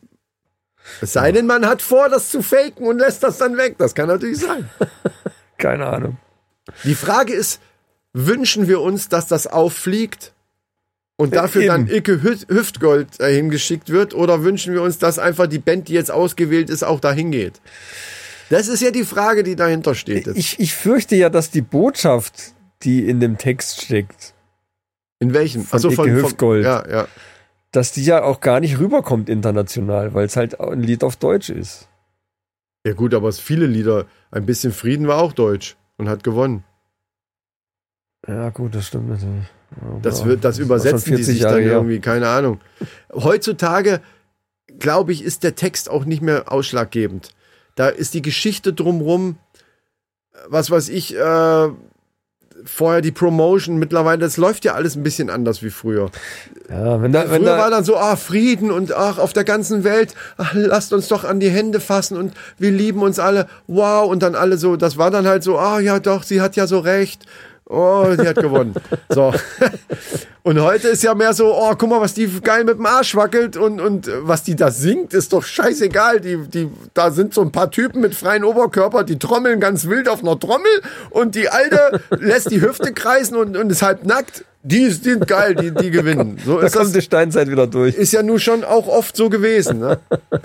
Es sei denn, man hat vor, das zu faken und lässt das dann weg. Das kann natürlich sein. Keine Ahnung. Die Frage ist, wünschen wir uns, dass das auffliegt und dafür Eben. dann Icke Hü- Hüftgold dahin geschickt wird, oder wünschen wir uns, dass einfach die Band, die jetzt ausgewählt ist, auch dahin geht? Das ist ja die Frage, die dahinter steht. Jetzt. Ich, ich fürchte ja, dass die Botschaft, die in dem Text steckt, In welchem? von Ach so, Icke Hüftgold. Ja, ja. dass die ja auch gar nicht rüberkommt international, weil es halt ein Lied auf Deutsch ist. Ja gut, aber es viele Lieder. Ein bisschen Frieden war auch deutsch und hat gewonnen. Ja gut, das stimmt natürlich. Ja, Das, ja, wird, das war übersetzen schon die sich Jahre dann her. irgendwie, keine Ahnung. Heutzutage, glaube ich, ist der Text auch nicht mehr ausschlaggebend. Da ist die Geschichte drumrum, was weiß ich, äh, vorher die Promotion, mittlerweile, das läuft ja alles ein bisschen anders wie früher. Ja, wenn da, wenn Früher da, war dann so, ah, Frieden und ach, auf der ganzen Welt, ach, lasst uns doch an die Hände fassen und wir lieben uns alle, wow, und dann alle so, das war dann halt so, ah, ja doch, sie hat ja so recht. Oh, die hat gewonnen. So. Und heute ist ja mehr so, oh, guck mal, was die geil mit dem Arsch wackelt und, und was die da singt, ist doch scheißegal. Die, die, da sind so ein paar Typen mit freiem Oberkörper, die trommeln ganz wild auf einer Trommel und die Alte lässt die Hüfte kreisen und, und ist halb nackt. Die, die sind geil, die, die gewinnen. So da ist kommt das, die Steinzeit wieder durch. ist ja nun schon auch oft so gewesen. Ne?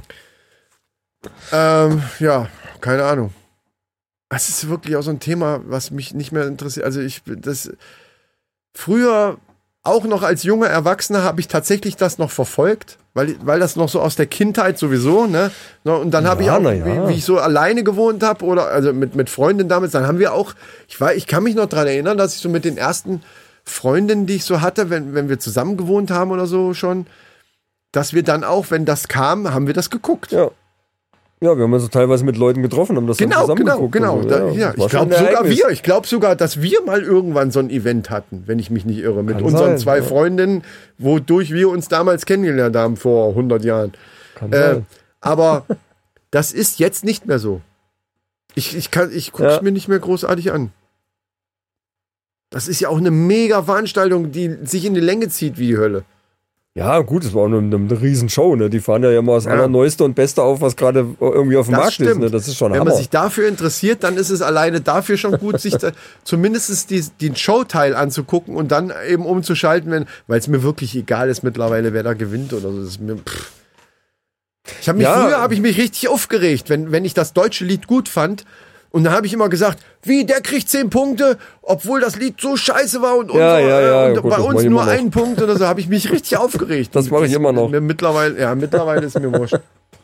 ähm, ja, keine Ahnung. Das ist wirklich auch so ein Thema, was mich nicht mehr interessiert. Also ich, das, früher, auch noch als junger Erwachsener, habe ich tatsächlich das noch verfolgt, weil, weil das noch so aus der Kindheit sowieso, ne? Und dann habe ich Ja, auch, na ja. wie, wie ich so alleine gewohnt habe oder also mit, mit Freundinnen damals, dann haben wir auch, ich war, ich kann mich noch dran erinnern, dass ich so mit den ersten Freundinnen, die ich so hatte, wenn, wenn wir zusammen gewohnt haben oder so schon, dass wir dann auch, wenn das kam, haben wir das geguckt. Ja. Ja, wir haben uns so teilweise mit Leuten getroffen, haben das dann Genau, zusammen genau, geguckt. genau. und so. Da, Ja, ja, das war ich schon glaube ein sogar Ereignis. wir. Ich glaube sogar, dass wir mal irgendwann so ein Event hatten, wenn ich mich nicht irre, mit Kann unseren sein, zwei ja. Freundinnen, wodurch wir uns damals kennengelernt haben vor hundert Jahren. Kann Äh, sein. aber das ist jetzt nicht mehr so. Ich, ich, kann- ich gucke es Ja. mir nicht mehr großartig an. Das ist ja auch eine mega Veranstaltung, die sich in die Länge zieht wie die Hölle. Ja, gut, es war auch eine, eine Riesenshow, ne? Die fahren ja immer das Ja. Allerneueste und Beste auf, was gerade irgendwie auf dem Das Markt ist, stimmt. ne? Das ist schon Wenn Hammer. man sich dafür interessiert, dann ist es alleine dafür schon gut, sich da, zumindest die, den Showteil anzugucken und dann eben umzuschalten, wenn, weil es mir wirklich egal ist mittlerweile, wer da gewinnt oder so. Das ist mir, pff. Ich habe mich Ja. früher habe ich mich richtig aufgeregt, wenn, wenn ich das deutsche Lied gut fand. Und dann habe ich immer gesagt, wie, der kriegt zehn Punkte, obwohl das Lied so scheiße war und, Ja, unser, ja, ja, äh, und gut, bei das mach uns ich nur immer noch. einen Punkt oder so, habe ich mich richtig aufgeregt. Das mache ich immer noch. Mir mittlerweile, ja, mittlerweile ist mir wurscht.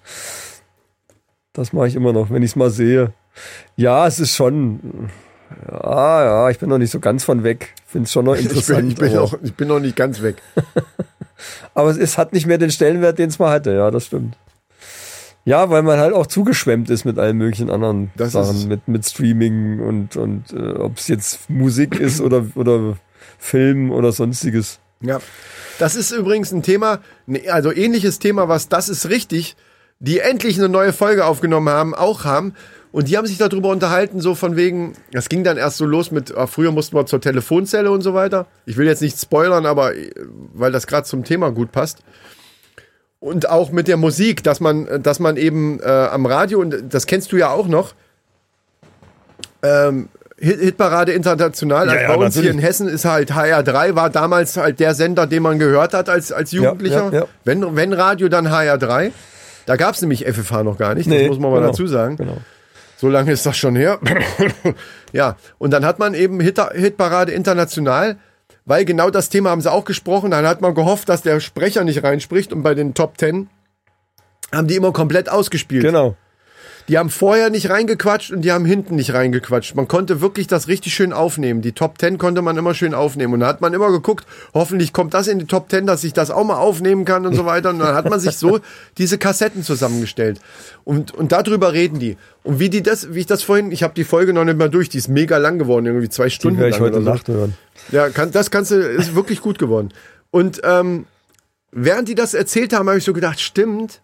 Das mache ich immer noch, wenn ich es mal sehe. Ja, es ist schon. Ja, ja, ich bin noch nicht so ganz von weg. Finde es schon noch Ich bin, interessant. ich, bin aber, auch, ich bin noch nicht ganz weg. Aber es ist, hat nicht mehr den Stellenwert, den es mal hatte. Ja, das stimmt. Ja, weil man halt auch zugeschwemmt ist mit allen möglichen anderen Das Sachen, ist- mit, mit Streaming und, und äh, ob es jetzt Musik ist oder, oder Film oder sonstiges. Ja, das ist übrigens ein Thema, ne, also ähnliches Thema, was das ist richtig, die endlich eine neue Folge aufgenommen haben, auch haben. Und die haben sich darüber unterhalten, so von wegen, das ging dann erst so los mit, ah, früher mussten wir zur Telefonzelle und so weiter. Ich will jetzt nicht spoilern, aber äh, weil das gerade zum Thema gut passt. Und auch mit der Musik, dass man, dass man eben äh, am Radio, und das kennst du ja auch noch, ähm, Hit- Hitparade International, Ja, also ja, bei uns natürlich. hier in Hessen ist halt H R drei, war damals halt der Sender, den man gehört hat als, als Jugendlicher. ja, ja. Wenn, wenn Radio, dann H R drei. Da gab es nämlich F F H noch gar nicht, das Nee, muss man mal genau, dazu sagen. Genau. So lange ist das schon her. Ja, und dann hat man eben Hit Hitparade International, weil genau das Thema haben sie auch gesprochen. Dann hat man gehofft, dass der Sprecher nicht reinspricht, und bei den Top Ten haben die immer komplett ausgespielt. Genau. Die haben vorher nicht reingequatscht und die haben hinten nicht reingequatscht. Man konnte wirklich das richtig schön aufnehmen. Die Top Ten konnte man immer schön aufnehmen. Und da hat man immer geguckt, hoffentlich kommt das in die Top Ten, dass ich das auch mal aufnehmen kann und so weiter. Und dann hat man sich so diese Kassetten zusammengestellt. Und, und darüber reden die. Und wie die das, wie ich das vorhin, ich habe die Folge noch nicht mal durch, die ist mega lang geworden, irgendwie zwei Die Stunden werde ich lang heute oder so. Nacht hören. Ja, kann, das kannst du, ist wirklich gut geworden. Und ähm, während die das erzählt haben, habe ich so gedacht, stimmt.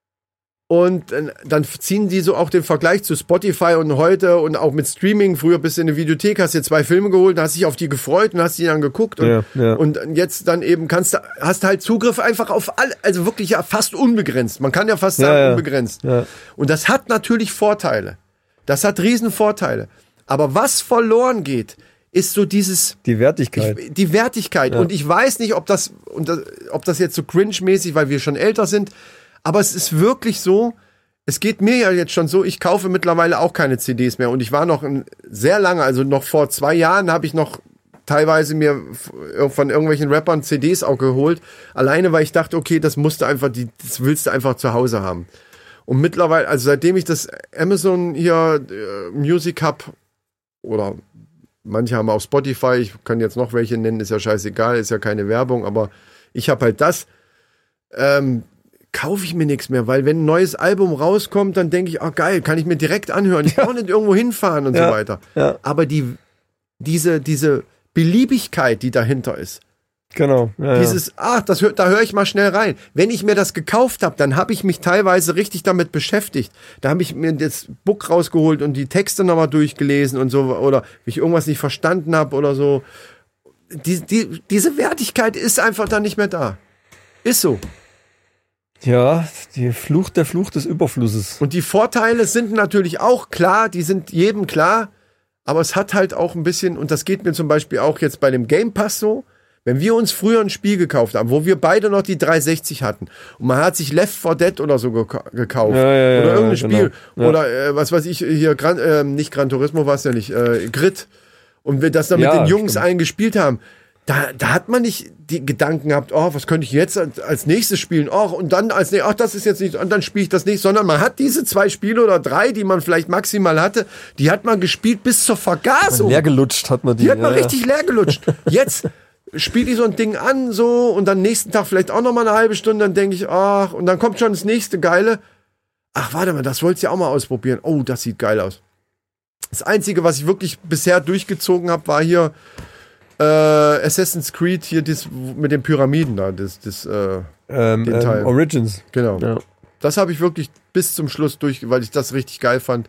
Und dann, dann ziehen die so auch den Vergleich zu Spotify und heute und auch mit Streaming. Früher bist du in der Videothek, hast dir zwei Filme geholt, hast dich auf die gefreut und hast die dann geguckt. Und, Ja, ja. und jetzt dann eben kannst du, hast halt Zugriff einfach auf alle, also wirklich ja fast unbegrenzt. Man kann ja fast sagen Ja, ja. unbegrenzt. Ja. Und das hat natürlich Vorteile. Das hat riesen Vorteile. Aber was verloren geht, ist so dieses, Die Wertigkeit. ich, die Wertigkeit. Ja. Und ich weiß nicht, ob das, und das, ob das jetzt so cringe-mäßig, weil wir schon älter sind, aber es ist wirklich so, es geht mir ja jetzt schon so, ich kaufe mittlerweile auch keine C Ds mehr. Und ich war noch ein, sehr lange, also noch vor zwei Jahren habe ich noch teilweise mir f- von irgendwelchen Rappern C Ds auch geholt. Alleine, weil ich dachte, okay, das musst du einfach, die, das willst du einfach zu Hause haben. Und mittlerweile, also seitdem ich das Amazon hier äh, Music Hub oder manche haben auch Spotify, ich kann jetzt noch welche nennen, ist ja scheißegal, ist ja keine Werbung, aber ich habe halt das, ähm, kaufe ich mir nichts mehr, weil wenn ein neues Album rauskommt, dann denke ich, oh geil, kann ich mir direkt anhören, ich brauche nicht irgendwo hinfahren und Ja, so weiter. ja. Aber die, diese, diese Beliebigkeit, die dahinter ist, Genau. Ja, dieses, ach, das hör, da höre ich mal schnell rein. Wenn ich mir das gekauft habe, dann habe ich mich teilweise richtig damit beschäftigt. Da habe ich mir das Book rausgeholt und die Texte nochmal durchgelesen und so, oder wenn ich irgendwas nicht verstanden habe oder so. Die, die, diese Wertigkeit ist einfach dann nicht mehr da. Ist so. ja. ja, die Fluch, der Fluch des Überflusses. Und die Vorteile sind natürlich auch klar, die sind jedem klar, aber es hat halt auch ein bisschen, und das geht mir zum Beispiel auch jetzt bei dem Game Pass so, wenn wir uns früher ein Spiel gekauft haben, wo wir beide noch die dreihundertsechzig hatten und man hat sich Left four Dead oder so geka- gekauft Ja, ja, ja, oder irgendein ja, Spiel genau. Ja. oder äh, was weiß ich hier, Gran, äh, nicht Gran Turismo war es ja nicht, äh, Grid, und wir das dann mit Ja, den Jungs stimmt. eingespielt haben, da, da hat man nicht die Gedanken gehabt, oh, was könnte ich jetzt als, als nächstes spielen, oh, und dann als nächstes, ach, das ist jetzt nicht, und dann spiele ich das nicht, sondern man hat diese zwei Spiele oder drei, die man vielleicht maximal hatte, die hat man gespielt bis zur Vergasung. Leer gelutscht hat man die. Die hat man ja, richtig leer gelutscht. Jetzt spiele ich so ein Ding an, so, und dann nächsten Tag vielleicht auch noch mal eine halbe Stunde, dann denke ich, ach, und dann kommt schon das nächste Geile. Ach, warte mal, das wolltest du ja auch mal ausprobieren. Oh, das sieht geil aus. Das Einzige, was ich wirklich bisher durchgezogen habe, war hier äh, Assassin's Creed, hier das mit den Pyramiden da, das, das, äh, ja. Ähm, den ähm, Teil. Origins. genau. Ja. Das habe ich wirklich bis zum Schluss durch, weil ich das richtig geil fand.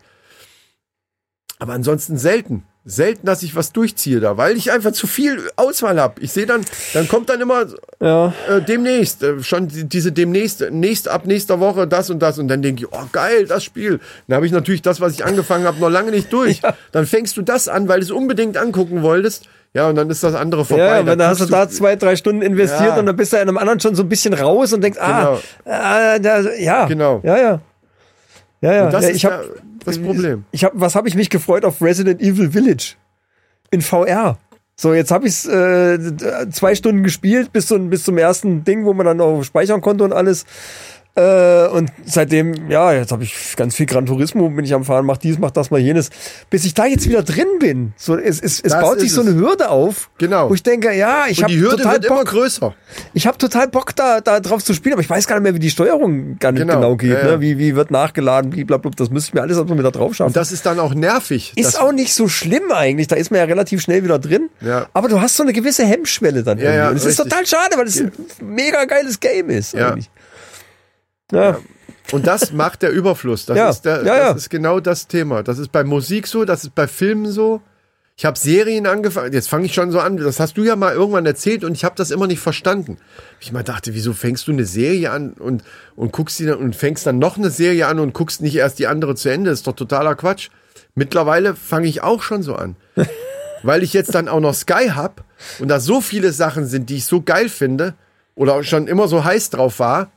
Aber ansonsten selten. Selten, dass ich was durchziehe da, weil ich einfach zu viel Auswahl habe. Ich sehe dann, dann kommt dann immer Ja. äh, demnächst, äh, schon die, diese demnächst, nächst, ab nächster Woche das und das, und dann denke ich, oh geil, das Spiel. Dann habe ich natürlich das, was ich angefangen habe, noch lange nicht durch. Ja. Dann fängst du das an, weil du es unbedingt angucken wolltest. Ja, und dann ist das andere vorbei. Ja, und dann hast du guckst da zwei, drei Stunden investiert Ja. und dann bist du in einem anderen schon so ein bisschen raus und denkst, ah, äh, da, ja, Genau. ja, ja. Ja, ja. Und das ja ist ich hab, ja das Problem. Ich hab, was habe ich mich gefreut auf Resident Evil Village in V R. So, jetzt habe ich es äh, zwei Stunden gespielt bis zum, bis zum ersten Ding, wo man dann auch speichern konnte und alles. Äh, und seitdem, ja, jetzt habe ich ganz viel Gran Turismo, bin ich am Fahren, mach dies, mach das, mal jenes. Bis ich da jetzt wieder drin bin. So, es es, es baut sich so eine Hürde auf. Genau. Wo ich denke, ja, ich habe die Hürde total wird Bock, immer größer. Ich habe total Bock, da, da drauf zu spielen, aber ich weiß gar nicht mehr, wie die Steuerung gar nicht genau, genau geht. Ja, ja. Ne? Wie, wie wird nachgeladen, blablabla. Das müsste ich mir alles erstmal wieder drauf schaffen. Und das ist dann auch nervig. Ist auch nicht so schlimm eigentlich. Da ist man ja relativ schnell wieder drin. Ja. Aber du hast so eine gewisse Hemmschwelle dann ja, irgendwie. ja, und es ist total schade, weil es ja. ein mega geiles Game ist. Ja. Eigentlich. Ja. ja. Und das macht der Überfluss. Das, ja. ist, der, ja, ja. das ist genau das Thema. Das ist bei Musik so, das ist bei Filmen so. Ich habe Serien angefangen, jetzt fange ich schon so an, das hast du ja mal irgendwann erzählt und ich habe das immer nicht verstanden. Ich mal dachte, wieso fängst du eine Serie an und, und guckst die dann und fängst dann noch eine Serie an und guckst nicht erst die andere zu Ende. Das ist doch totaler Quatsch. Mittlerweile fange ich auch schon so an. Weil ich jetzt dann auch noch Sky hab und da so viele Sachen sind, die ich so geil finde oder schon immer so heiß drauf war.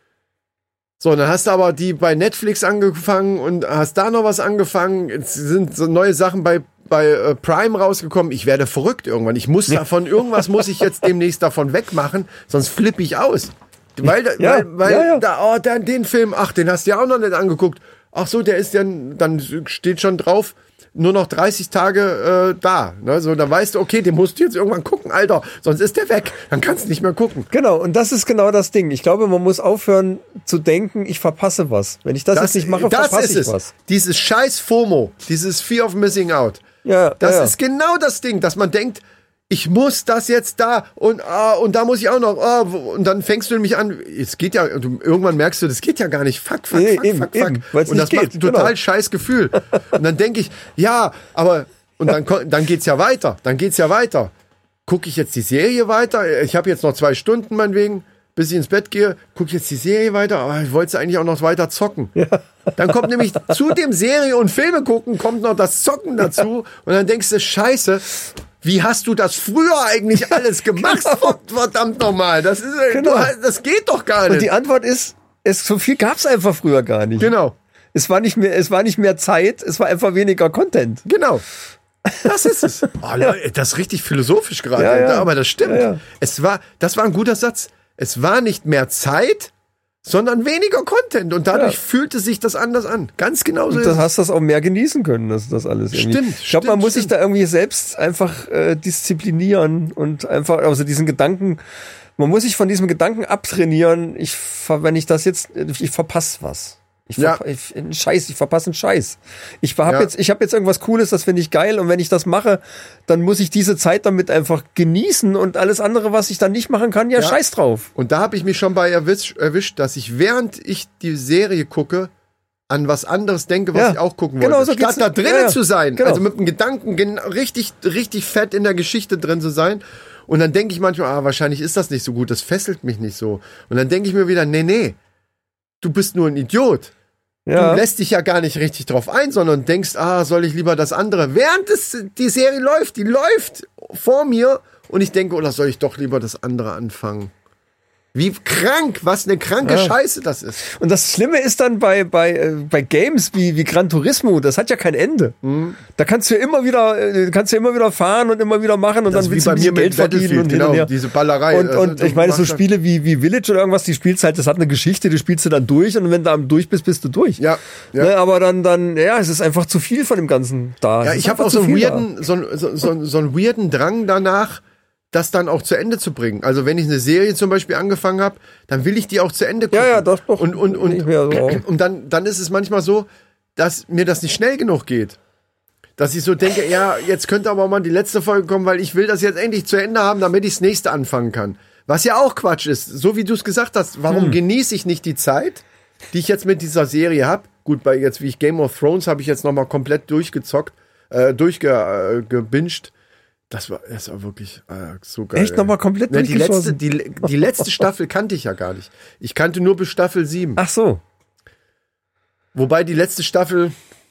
So, dann hast du aber die bei Netflix angefangen und hast da noch was angefangen. Jetzt sind so neue Sachen bei, bei äh, Prime rausgekommen. Ich werde verrückt irgendwann. Ich muss davon, irgendwas muss ich jetzt demnächst davon wegmachen, sonst flippe ich aus. Weil, ja, weil, weil ja, ja. da, oh, dann den Film, ach, den hast du ja auch noch nicht angeguckt. Ach so, der ist ja, dann steht schon drauf, nur noch dreißig Tage äh, da. Ne? So, dann weißt du, okay, den musst du jetzt irgendwann gucken, Alter, sonst ist der weg. Dann kannst du nicht mehr gucken. Genau, und das ist genau das Ding. Ich glaube, man muss aufhören zu denken, ich verpasse was. Wenn ich das, das jetzt nicht mache, das verpasse ist ich es. was. Dieses scheiß FOMO, dieses Fear of Missing Out. Ja, das ja. ist genau das Ding, dass man denkt, ich muss das jetzt da und ah, und da muss ich auch noch ah, und dann fängst du nämlich an, es geht ja, du, irgendwann merkst du, das geht ja gar nicht, fuck, fuck, nee, fuck, eben, fuck, fuck. Eben, und das geht. macht ein total genau. scheiß Gefühl. Und dann denke ich, ja, aber und dann dann geht's ja weiter, dann geht's ja weiter. Gucke ich jetzt die Serie weiter? Ich habe jetzt noch zwei Stunden meinetwegen, bis ich ins Bett gehe, gucke jetzt die Serie weiter, aber ich wollte eigentlich auch noch weiter zocken. Ja. Dann kommt nämlich zu dem Serie und Filme gucken, kommt noch das Zocken dazu und dann denkst du, scheiße, wie hast du das früher eigentlich alles gemacht? Genau. Verdammt nochmal, das ist, genau. das geht doch gar nicht. Und die Antwort ist, es, so viel gab's einfach früher gar nicht. Genau. Es war nicht mehr, es war nicht mehr Zeit, es war einfach weniger Content. Genau. Das ist es. Oh, Leute, das ist richtig philosophisch gerade, ja, ja. aber das stimmt. Ja, ja. Es war, das war ein guter Satz. Es war nicht mehr Zeit, sondern weniger Content und dadurch ja. fühlte sich das anders an. Ganz genau so. Und dann hast du das auch mehr genießen können, das, das alles irgendwie. Stimmt. Ich glaube, man stimmt, muss stimmt. sich da irgendwie selbst einfach äh, disziplinieren und einfach, also diesen Gedanken, man muss sich von diesem Gedanken abtrainieren, ich, wenn ich das jetzt, ich verpasse was. Ich, ja. verpa- ich einen Scheiß, ich verpasse einen Scheiß. Ich habe Ja. jetzt, ich habe jetzt irgendwas Cooles, das finde ich geil und wenn ich das mache, dann muss ich diese Zeit damit einfach genießen und alles andere, was ich dann nicht machen kann, ja, Ja. Scheiß drauf. Und da habe ich mich schon bei erwischt, erwischt, dass ich während ich die Serie gucke, an was anderes denke, was Ja. ich auch gucken Genau wollte. so geht's. Statt da drinnen Ja, ja. zu sein, Genau. also mit dem Gedanken gen- richtig, richtig fett in der Geschichte drin zu sein. Und dann denke ich manchmal, ah, wahrscheinlich ist das nicht so gut, das fesselt mich nicht so. Und dann denke ich mir wieder, nee, nee, du bist nur ein Idiot. Ja. Du lässt dich ja gar nicht richtig drauf ein, sondern denkst, ah, soll ich lieber das andere. Während es, die Serie läuft, die läuft vor mir und ich denke, oder soll ich doch lieber das andere anfangen? Wie krank, was eine kranke Ja. Scheiße das ist. Und das Schlimme ist dann bei, bei, äh, bei Games wie, wie Gran Turismo, das hat ja kein Ende. Mhm. Da kannst du ja immer wieder, äh, kannst du ja immer wieder fahren und immer wieder machen und Das dann ist willst wie du bei ein mir bisschen Geld mit verdienen Battlefield, und hin genau, und her. diese Ballerei. Und, Also, und du ich meine, so machst Spiele wie, wie Village oder irgendwas, die spielst halt, das hat eine Geschichte, die spielst du dann durch und wenn du am durch bist, bist du durch. Ja, ja. Ne, aber dann, dann, ja, es ist einfach zu viel von dem Ganzen da. Ja, Es ist ich habe einfach auch so zu einen, viel weirden, so, einen- so, so, so einen weirden Drang danach, das dann auch zu Ende zu bringen. Also wenn ich eine Serie zum Beispiel angefangen habe, dann will ich die auch zu Ende gucken. Ja, ja, doch, doch. Und, und, und, Nicht mehr so. und dann, dann ist es manchmal so, dass mir das nicht schnell genug geht. Dass ich so denke, ja, jetzt könnte aber mal die letzte Folge kommen, weil ich will das jetzt endlich zu Ende haben, damit ich das nächste anfangen kann. Was ja auch Quatsch ist. So wie du es gesagt hast, warum Hm. genieße ich nicht die Zeit, die ich jetzt mit dieser Serie habe? Gut, bei jetzt wie ich Game of Thrones habe ich jetzt nochmal komplett durchgezockt, äh, durchgebinged. Das war, das war wirklich äh, so geil. Echt nochmal komplett Ja, die letzte, durchgeschossen? die, die letzte Staffel kannte ich ja gar nicht. Ich kannte nur bis Staffel sieben. Ach so. Wobei die letzte Staffel,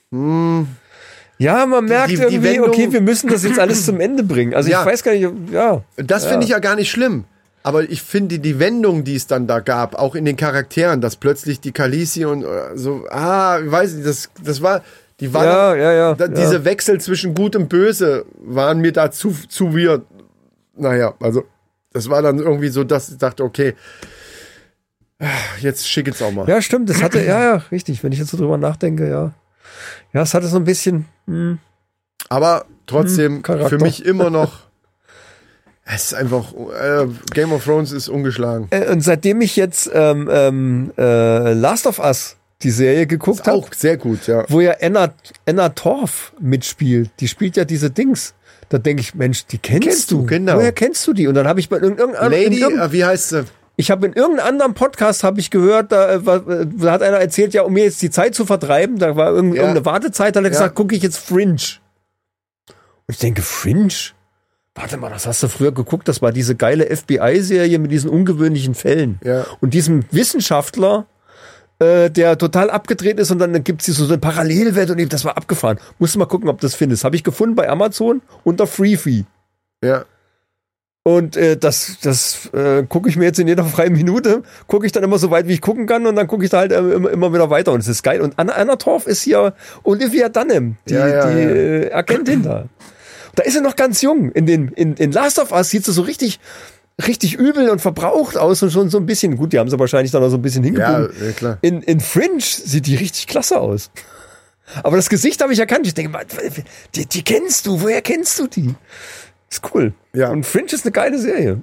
Ja, man merkt die- die irgendwie, Wendung- okay, wir müssen das jetzt alles zum Ende bringen. Also Ja. ich weiß gar nicht, ja. das ja. finde ich ja gar nicht schlimm. Aber ich finde die Wendung, die es dann da gab, auch in den Charakteren, dass plötzlich die Khaleesi und äh, so, ah, ich weiß nicht, das, das war, die war Ja, ja, ja, da, ja. diese Wechsel zwischen Gut und Böse waren mir da zu, zu weird. Naja, also, das war dann irgendwie so, dass ich dachte, okay, Jetzt schick jetzt auch mal. Ja, stimmt, das hatte, ja, ja, richtig, wenn ich jetzt so drüber nachdenke, ja. Ja, es hatte so ein bisschen, hm, Aber trotzdem, Charakter. für mich immer noch, es ist einfach, äh, Game of Thrones ist ungeschlagen. Äh, und seitdem ich jetzt ähm, ähm, äh, Last of Us, die Serie, geguckt Ist habe, auch sehr gut, ja. wo ja Anna, Anna Torf mitspielt, die spielt ja diese Dings. Da denke ich, Mensch, die kennst, Kennst du. du, genau. Woher kennst du die? Und dann habe ich bei irgendeinem Lady, irgendein, äh, wie heißt sie? ich habe in irgendeinem anderen Podcast habe ich gehört, da, äh, war- äh, da hat einer erzählt, ja, um mir jetzt die Zeit zu vertreiben, da war irgend, Ja. irgendeine Wartezeit, da hat er Ja. gesagt, gucke ich jetzt Fringe. Und ich denke, Fringe? Warte mal, das hast du früher geguckt, das war diese geile F B I-Serie mit diesen ungewöhnlichen Fällen. Ja. Und diesem Wissenschaftler, äh, der total abgedreht ist und dann gibt's hier so eine Parallelwelt und eben, das war abgefahren. Musst du mal gucken, ob du das findest. Habe ich gefunden bei Amazon unter Freefee. Ja. Und äh, das, das äh, gucke ich mir jetzt in jeder freien Minute, gucke ich dann immer so weit, wie ich gucken kann und dann gucke ich da halt äh, immer, immer wieder weiter und es ist geil. Und Anna, Anna Torf ist hier Olivia Dunham, die, Ja, ja, die ja. Äh, Agentin da. Da ist sie noch ganz jung. In, den, in, in Last of Us sieht sie so richtig, richtig übel und verbraucht aus und schon so ein bisschen, gut, die haben sie wahrscheinlich dann auch so ein bisschen Ja, hingebunden. ja, klar. In, in Fringe sieht die richtig klasse aus. Aber das Gesicht habe ich erkannt. Ich denke mal, die, die kennst du, woher kennst du die? Ist cool. Ja. Und Fringe ist eine geile Serie.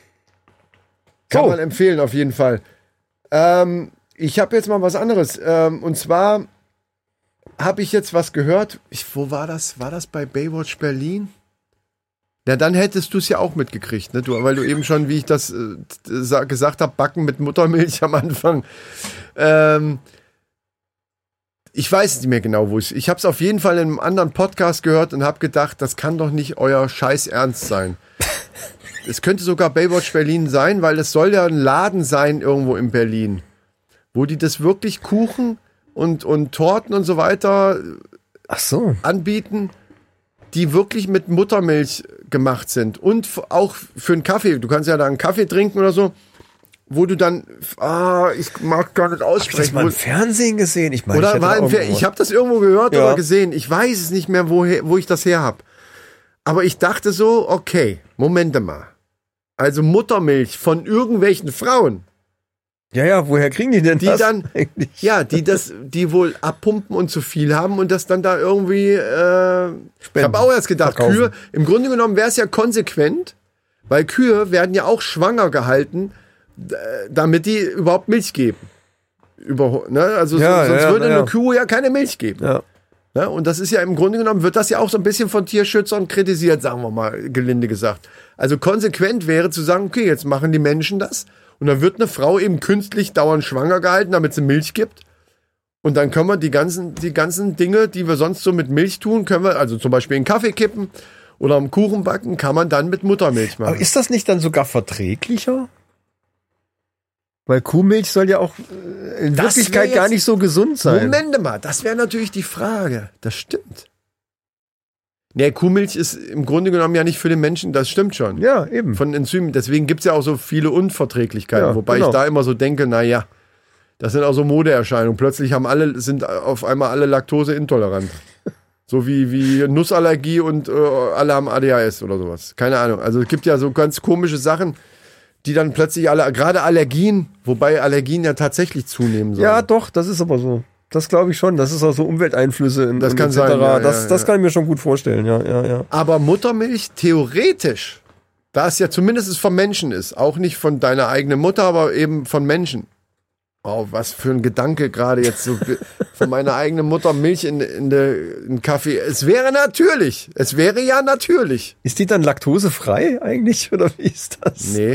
Kann So. man empfehlen, auf jeden Fall. Ähm, ich habe jetzt mal was anderes. Ähm, und zwar habe ich jetzt was gehört. Ich, wo war das? War das bei Baywatch Berlin? Ja, dann hättest du es ja auch mitgekriegt, ne? Du, weil du eben schon, wie ich das äh, sa- gesagt habe, Backen mit Muttermilch am Anfang. Ähm, ich weiß nicht mehr genau, wo ich. Ich habe es auf jeden Fall in einem anderen Podcast gehört und habe gedacht, das kann doch nicht euer Scheiß Ernst sein. Es könnte sogar Baywatch Berlin sein, weil es soll ja ein Laden sein irgendwo in Berlin, wo die das wirklich Kuchen und, und Torten und so weiter Ach so. anbieten, die wirklich mit Muttermilch gemacht sind. Und f- auch für einen Kaffee. Du kannst ja da einen Kaffee trinken oder so, wo du dann, ah, ich mag gar nicht Hab ich das aussprechen. mal Wo, im Fernsehen gesehen? Ich meine, ich oder hätte war im irgendwo- Fer- ich habe das irgendwo gehört Ja. oder gesehen. Ich weiß es nicht mehr, woher, wo ich das her habe. Aber ich dachte so, okay, Momente mal. Also Muttermilch von irgendwelchen Frauen, Ja, ja, woher kriegen die denn die das dann, eigentlich? ja, die das, die wohl abpumpen und zu viel haben und das dann da irgendwie, äh, ich habe auch erst gedacht, verkaufen. Kühe, im Grunde genommen wäre es ja konsequent, weil Kühe werden ja auch schwanger gehalten, d- damit die überhaupt Milch geben. Über, ne? Also Ja, so, sonst ja, würde ja. eine Kuh ja keine Milch geben. Ja. Ne? Und das ist ja im Grunde genommen, wird das ja auch so ein bisschen von Tierschützern kritisiert, sagen wir mal, gelinde gesagt. Also konsequent wäre zu sagen, okay, jetzt machen die Menschen das und dann wird eine Frau eben künstlich dauernd schwanger gehalten, damit sie Milch gibt. Und dann können wir die ganzen, die ganzen Dinge, die wir sonst so mit Milch tun, können wir, also zum Beispiel in Kaffee kippen oder am Kuchen backen, kann man dann mit Muttermilch machen. Aber ist das nicht dann sogar verträglicher? Weil Kuhmilch soll ja auch äh, in Das Wirklichkeit wär gar jetzt- nicht so gesund sein. Moment mal, das wäre natürlich die Frage. Das stimmt. Nee, Kuhmilch ist im Grunde genommen ja nicht für den Menschen, das stimmt schon. Ja, eben. Von Enzymen. Deswegen gibt's ja auch so viele Unverträglichkeiten. Ja, wobei genau. ich da immer so denke, na ja, das sind auch so Modeerscheinungen. Plötzlich haben alle, sind auf einmal alle Laktoseintolerant. So wie, wie Nussallergie und äh, alle haben A D H S oder sowas. Keine Ahnung. Also es gibt ja so ganz komische Sachen, die dann plötzlich alle, gerade Allergien, wobei Allergien ja tatsächlich zunehmen sollen. Ja, doch, das ist aber so. Das glaube ich schon. Das ist auch so Umwelteinflüsse. In, Das und kann et cetera. sein, ja, das ja, das ja. kann ich mir schon gut vorstellen. Ja, ja, ja. Aber Muttermilch theoretisch, da es ja zumindest vom Menschen ist, auch nicht von deiner eigenen Mutter, aber eben von Menschen. Oh, was für ein Gedanke gerade jetzt so von meiner eigenen Mutter Milch in, in, de, in Kaffee. Es wäre natürlich. Es wäre ja natürlich. Ist die dann laktosefrei eigentlich oder wie ist das? Nee.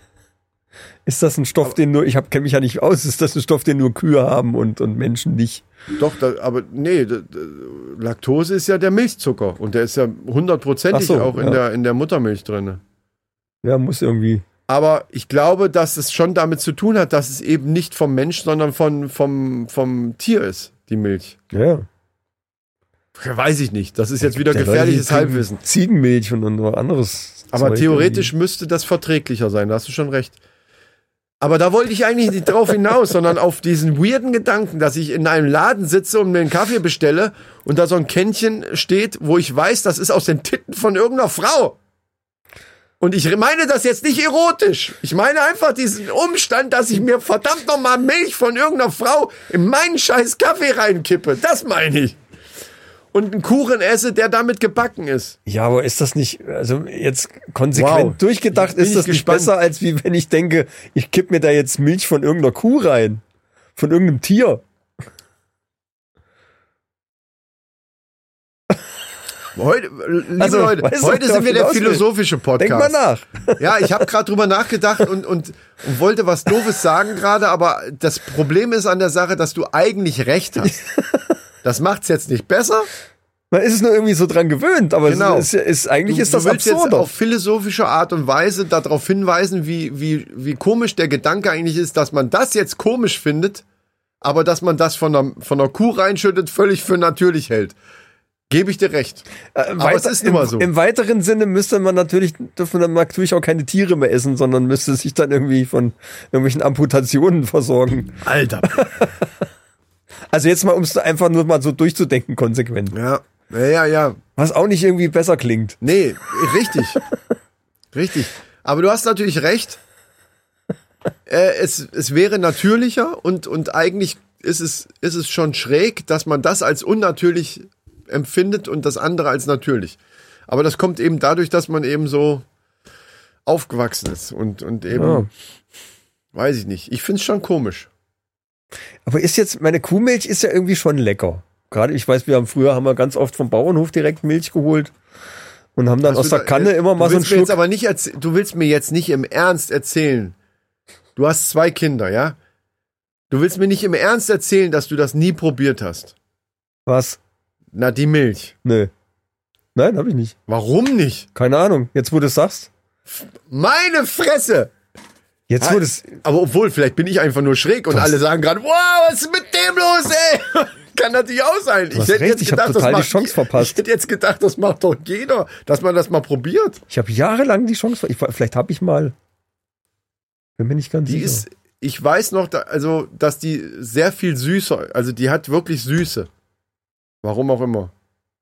Ist das ein Stoff, den nur ich habe kenne mich ja nicht aus. Ist das ein Stoff, den nur Kühe haben und und Menschen nicht? Doch, da, aber nee, da, da, Laktose ist ja der Milchzucker und der ist ja hundertprozentig Ach so, auch in, ja. der, in der Muttermilch drin. Ja, muss irgendwie. Aber ich glaube, dass es schon damit zu tun hat, dass es eben nicht vom Mensch, sondern von, vom, vom Tier ist, die Milch. Ja. Ja, weiß ich nicht. Das ist jetzt wieder Der gefährliches Leute, die trinken Halbwissen. Ziegenmilch und, und anderes. Aber Zeug theoretisch müsste das verträglicher sein, da hast du schon recht. Aber da wollte ich eigentlich nicht drauf hinaus, sondern auf diesen weirden Gedanken, dass ich in einem Laden sitze und mir einen Kaffee bestelle und da so ein Kännchen steht, wo ich weiß, das ist aus den Titten von irgendeiner Frau. Und ich meine das jetzt nicht erotisch. Ich meine einfach diesen Umstand, dass ich mir verdammt nochmal Milch von irgendeiner Frau in meinen scheiß Kaffee reinkippe. Das meine ich. Und einen Kuchen esse, der damit gebacken ist. Ja, aber ist das nicht, also jetzt konsequent Wow. durchgedacht, Bin ist ich das nicht gespannt. besser, als wie wenn ich denke, ich kipp mir da jetzt Milch von irgendeiner Kuh rein? Von irgendeinem Tier? Heute, liebe Also, Leute, weißt du, heute was sind wir ich der hinaus will? philosophische Podcast. Denk mal nach. Ja, ich habe gerade drüber nachgedacht und, und, und wollte was Doofes sagen gerade, aber das Problem ist an der Sache, dass du eigentlich recht hast. Das macht's jetzt nicht besser. Man ist es nur irgendwie so dran gewöhnt, aber Genau. es ist, ist, eigentlich Du, ist das du willst jetzt absurder. auf philosophische Art und Weise darauf hinweisen, wie, wie, wie komisch der Gedanke eigentlich ist, dass man das jetzt komisch findet, aber dass man das von einer, von einer Kuh reinschüttet, völlig für natürlich hält. Gebe ich dir recht. Äh, aber es ist immer im, so. Im weiteren Sinne müsste man natürlich, dürfen dann natürlich auch keine Tiere mehr essen, sondern müsste sich dann irgendwie von irgendwelchen Amputationen versorgen. Alter. Also jetzt mal, um es einfach nur mal so durchzudenken, konsequent. Ja, ja, ja, ja. Was auch nicht irgendwie besser klingt. Nee, richtig. Richtig. Aber du hast natürlich recht. Äh, es, es wäre natürlicher und, und eigentlich ist es, ist es schon schräg, dass man das als unnatürlich empfindet und das andere als natürlich. Aber das kommt eben dadurch, dass man eben so aufgewachsen ist und, und eben, Ja. weiß ich nicht. Ich finde es schon komisch. Aber ist jetzt, meine Kuhmilch ist ja irgendwie schon lecker. Gerade, ich weiß, wir haben früher haben wir ganz oft vom Bauernhof direkt Milch geholt und haben dann Also aus der da- Kanne immer mal du so einen willst mir jetzt Schluck. aber nicht erzäh- Du willst mir jetzt nicht im Ernst erzählen. Du hast zwei Kinder, ja? Du willst mir nicht im Ernst erzählen, dass du das nie probiert hast. Was? Na, die Milch. Nö. Nein, habe ich nicht. Warum nicht? Keine Ahnung. Jetzt, wo du es sagst. Meine Fresse! Jetzt, wo du es. Aber obwohl, vielleicht bin ich einfach nur schräg und Du hast- alle sagen gerade, wow, was ist mit dem los, ey? Kann natürlich auch sein. hast recht, ich hab total die Chance verpasst. Ich hätte jetzt gedacht, das macht doch jeder, dass man das mal probiert. Ich habe jahrelang die Chance. Ich, vielleicht habe ich mal. Bin mir nicht ganz Die sicher. ist, ich weiß noch, da, also, dass die sehr viel süßer, also die hat wirklich Süße. Warum auch immer.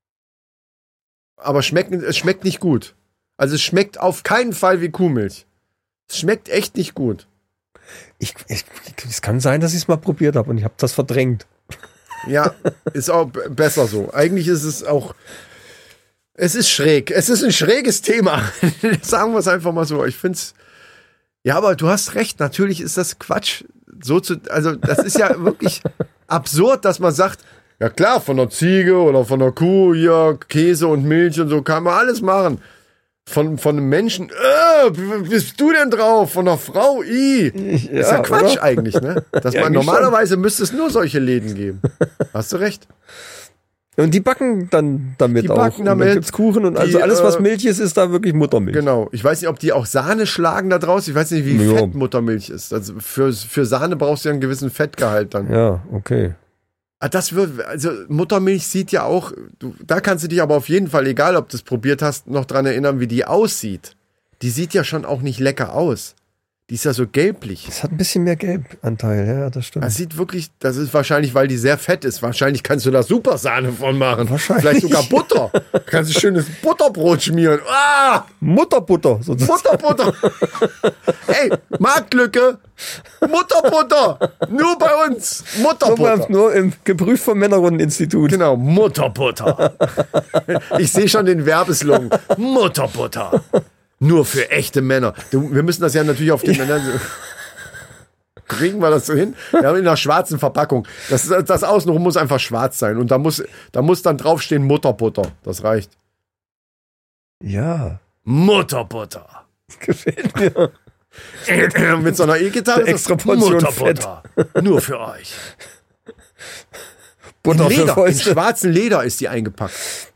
Aber schmeckt, es schmeckt nicht gut. Also es schmeckt auf keinen Fall wie Kuhmilch. Es schmeckt echt nicht gut. Ich, ich, es kann sein, dass ich es mal probiert habe und ich habe das verdrängt. Ja, ist auch b- besser so. Eigentlich ist es auch, es ist schräg. Es ist ein schräges Thema. Sagen wir es einfach mal so. Ich finde es, ja, aber du hast recht. Natürlich ist das Quatsch. So zu, also das ist ja wirklich absurd, dass man sagt, ja klar, von der Ziege oder von der Kuh, hier Käse und Milch und so kann man alles machen. Von, von einem Menschen, äh, wie bist du denn drauf? Von einer Frau, i. ist ja Quatsch oder? eigentlich, ne? Dass Ja, man eigentlich normalerweise müsste es nur solche Läden geben. Hast du recht. Und die backen dann damit Die auch. backen Und damit. dann gibt's Kuchen und Die, also alles, was äh, Milch ist, ist da wirklich Muttermilch. Genau. Ich weiß nicht, ob die auch Sahne schlagen da draus. Ich weiß nicht, wie Ja. fett Muttermilch ist. Also für, für Sahne brauchst du ja einen gewissen Fettgehalt dann. Ja, okay. Ah, das wird, also Muttermilch sieht ja auch, du, da kannst du dich aber auf jeden Fall, egal ob du es probiert hast, noch dran erinnern, wie die aussieht. Die sieht ja schon auch nicht lecker aus. Die ist ja so gelblich. Es hat ein bisschen mehr Gelbanteil, ja, das stimmt. Das sieht wirklich, das ist wahrscheinlich, weil die sehr fett ist. Wahrscheinlich kannst du da super Sahne von machen. Wahrscheinlich. Vielleicht sogar Butter. Kannst du schönes Butterbrot schmieren. Ah! Mutterbutter sozusagen. Mutterbutter. Hey, Marktlücke. Mutterbutter. Nur bei uns. Nur, Mutterbutter. beim- nur im geprüft vom Männerrundeninstitut. Genau, Mutterbutter. Ich sehe schon den Werbeslogan. Mutterbutter. Nur für echte Männer. Du, wir müssen das ja natürlich auf den Männern. Kriegen wir das so hin? Wir haben in einer schwarzen Verpackung. Das, das Außenrum muss einfach schwarz sein. Und da muss, da muss dann draufstehen Mutterbutter. Das reicht. Ja, Mutterbutter. gefällt mir. Mit so einer E-Gitarre. Eine extra Portion Mutterbutter. Nur für euch. Butter In für Leder, in Fäuste. schwarzen Leder ist die eingepackt.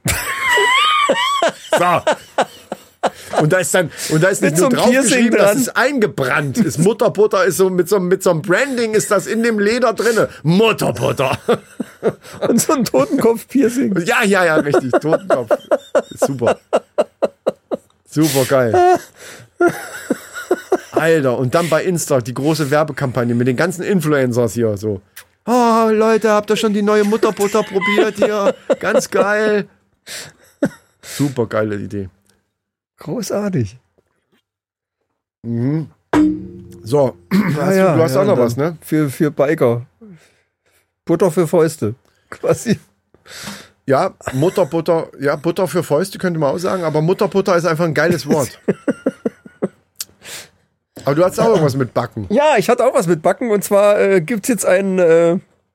So. Und da ist dann, und da ist nicht Mit nur so einem drauf Piercing geschrieben, das dran. ist eingebrannt. Ist Mutterbutter, ist so mit so, mit so einem Branding ist das in dem Leder drinne. Mutterbutter. Und so ein Totenkopf-Piercing. Ja, ja, ja, richtig. Totenkopf. Super. Super geil. Alter, und dann bei Insta die große Werbekampagne mit den ganzen Influencers hier so. Oh, Leute, habt ihr schon die neue Mutterbutter probiert hier? Ganz geil. Super geile Idee. Großartig. Mhm. So, Ah, hast ja, du, du hast ja, auch noch dann was, ne? Für, für Biker. Butter für Fäuste. Quasi. Ja, Mutterbutter, ja, Butter für Fäuste könnte man auch sagen, aber Mutterbutter ist einfach ein geiles Wort. Aber du hast auch irgendwas mit Backen. Ja, ich hatte auch was mit Backen und zwar äh, gibt's jetzt einen, äh,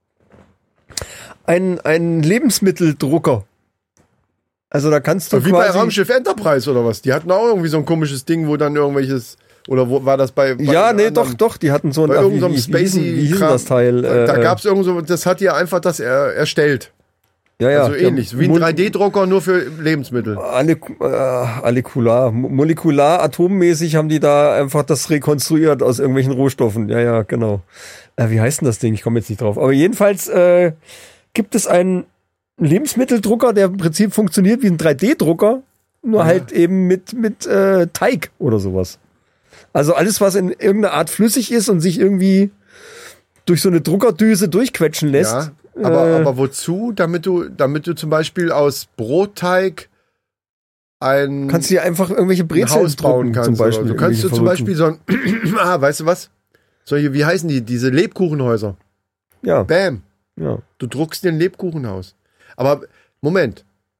einen, einen Lebensmitteldrucker. Also da kannst du Wie bei quasi... Raumschiff Enterprise oder was? Die hatten auch irgendwie so ein komisches Ding, wo dann irgendwelches, oder wo war das bei... bei Ja, nee, anderen- doch, doch, die hatten so ein... Bei ach, irgendeinem wie, wie, hieß, wie hieß Spacey-Kram. das Teil? Äh, Da gab es irgend so, das hat ja einfach das er, erstellt. ja, ja, Also ähnlich, wie ein Mol- drei D-Drucker, nur für Lebensmittel. Alle, äh, allekular, mo- molekular, atommäßig haben die da einfach das rekonstruiert aus irgendwelchen Rohstoffen. Ja, ja, genau. Äh, wie heißt denn das Ding? Ich komme jetzt nicht drauf. Aber jedenfalls äh, gibt es einen Lebensmitteldrucker, der im Prinzip funktioniert wie ein drei D-Drucker, nur Ja. halt eben mit, mit äh, Teig oder sowas. Also alles, was in irgendeiner Art flüssig ist und sich irgendwie durch so eine Druckerdüse durchquetschen lässt. Ja, aber, äh, aber wozu? Damit du, damit du zum Beispiel aus Brotteig ein, kannst du dir einfach irgendwelche ein Brezeln Haus bauen drucken, kannst. zum Beispiel. Oder du kannst du irgendwelche zum verrückten- Beispiel so ein, ah, weißt du was? Solche, wie heißen die? Diese Lebkuchenhäuser. Ja, Bam. ja. Du druckst dir ein Lebkuchenhaus. Aber Moment.